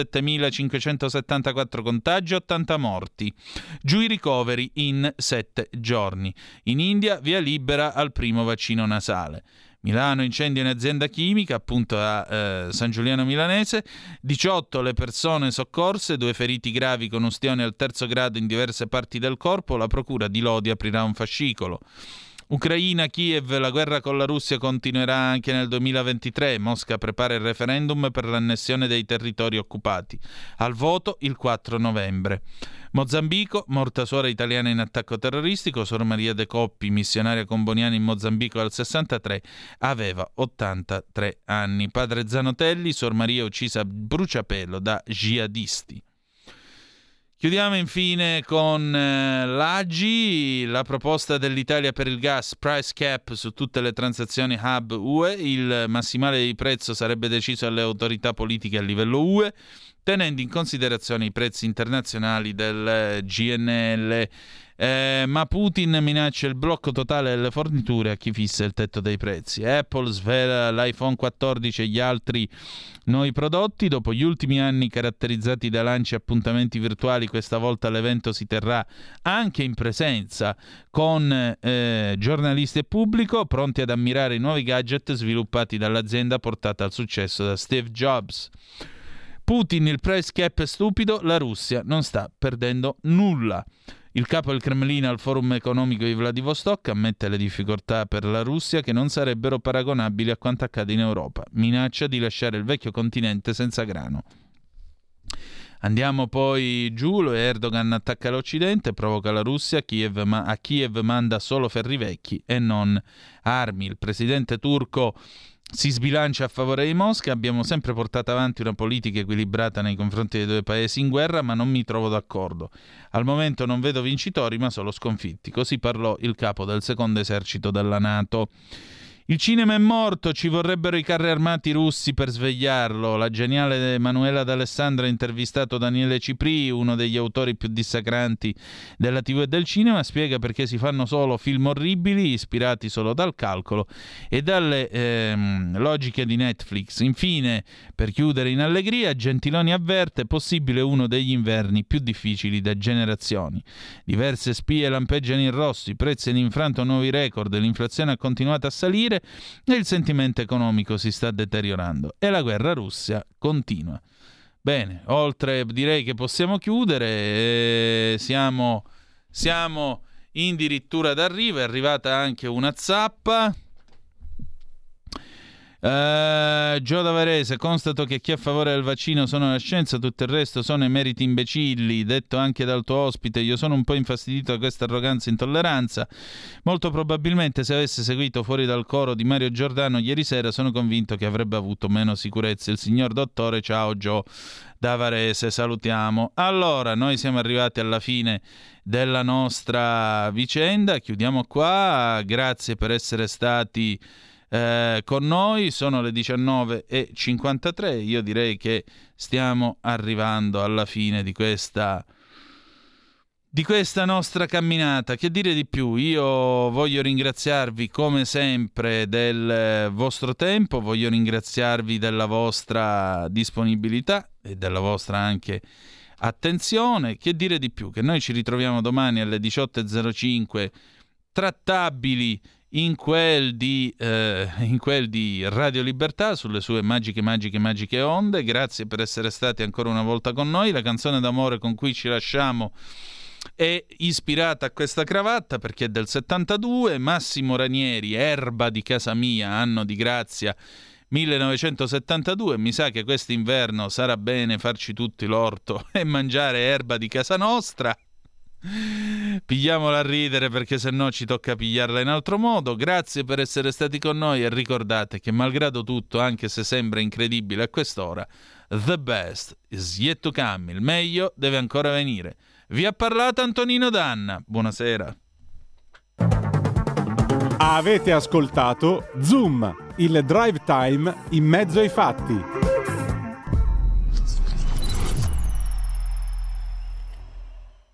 17.574 contagi, 80 morti. Giù i ricoveri in 7 giorni. In India via libera al primo vaccino nasale. Milano, incendio in azienda chimica, appunto a San Giuliano Milanese. 18 le persone soccorse, 2 feriti gravi con ustioni al 3° grado in diverse parti del corpo. La procura di Lodi aprirà un fascicolo. Ucraina, Kiev, la guerra con la Russia continuerà anche nel 2023. Mosca prepara il referendum per l'annessione dei territori occupati. Al voto il 4 novembre. Mozambico, morta suora italiana in attacco terroristico. Sor Maria De Coppi, missionaria comboniana in Mozambico al 63, aveva 83 anni. Padre Zanotelli, Sor Maria uccisa a bruciapelo da jihadisti. Chiudiamo infine con l'AGI, la proposta dell'Italia per il gas, price cap su tutte le transazioni hub UE. Il massimale di prezzo sarebbe deciso dalle autorità politiche a livello UE, tenendo in considerazione i prezzi internazionali del GNL. Ma Putin minaccia il blocco totale delle forniture a chi fissa il tetto dei prezzi. Apple svela l'iPhone 14 e gli altri nuovi prodotti. Dopo gli ultimi anni caratterizzati da lanci e appuntamenti virtuali, questa volta l'evento si terrà anche in presenza con giornalisti e pubblico pronti ad ammirare i nuovi gadget sviluppati dall'azienda portata al successo da Steve Jobs. Putin, il price cap è stupido, la Russia non sta perdendo nulla. Il capo del Cremlino al forum economico di Vladivostok ammette le difficoltà per la Russia che non sarebbero paragonabili a quanto accade in Europa. Minaccia di lasciare il vecchio continente senza grano. Andiamo poi giù, Erdogan attacca l'Occidente, provoca la Russia, a Kiev manda solo ferri vecchi e non armi. Il presidente turco si sbilancia a favore di Mosca. Abbiamo sempre portato avanti una politica equilibrata nei confronti dei 2 paesi in guerra, ma non mi trovo d'accordo. Al momento non vedo vincitori, ma solo sconfitti. Così parlò il capo del 2° esercito della NATO. Il cinema è morto, ci vorrebbero i carri armati russi per svegliarlo. La geniale Emanuela D'Alessandro ha intervistato Daniele Cipri, uno degli autori più dissacranti della TV e del cinema, spiega perché si fanno solo film orribili, ispirati solo dal calcolo e dalle logiche di Netflix. Infine, per chiudere in allegria, Gentiloni avverte: possibile uno degli inverni più difficili da generazioni. Diverse spie lampeggiano in rosso, i prezzi hanno infranto nuovi record, l'inflazione ha continuato a salire e il sentimento economico si sta deteriorando e la guerra Russia continua. Bene, oltre direi che possiamo chiudere, siamo addirittura d'arrivo, è arrivata anche una zappa. Gio da Varese, constato che chi è a favore del vaccino sono la scienza, tutto il resto sono emeriti imbecilli, detto anche dal tuo ospite. Io sono un po' infastidito da questa arroganza e intolleranza. Molto probabilmente se avesse seguito Fuori dal coro di Mario Giordano ieri sera sono convinto che avrebbe avuto meno sicurezza il signor dottore. Ciao Gio da Varese, salutiamo. Allora, noi siamo arrivati alla fine della nostra vicenda, chiudiamo qua, grazie per essere stati con noi. Sono le 19:53, io direi che stiamo arrivando alla fine di questa nostra camminata. Che dire di più? Io voglio ringraziarvi come sempre del vostro tempo, voglio ringraziarvi della vostra disponibilità e della vostra anche attenzione. Che dire di più? Che noi ci ritroviamo domani alle 18:05 trattabili in quel di Radio Libertà, sulle sue magiche onde. Grazie per essere stati ancora una volta con noi. La canzone d'amore con cui ci lasciamo è ispirata a questa cravatta perché è del 72, Massimo Ranieri, Erba di casa mia, anno di grazia 1972. Mi sa che quest'inverno sarà bene farci tutti l'orto e mangiare erba di casa nostra. Pigliamola a ridere perché sennò ci tocca pigliarla in altro modo. Grazie per essere stati con noi e ricordate che malgrado tutto, anche se sembra incredibile a quest'ora, the best is yet to come, il meglio deve ancora venire. Vi ha parlato Antonino Danna, buonasera. Avete ascoltato Zoom, il drive time in mezzo ai fatti.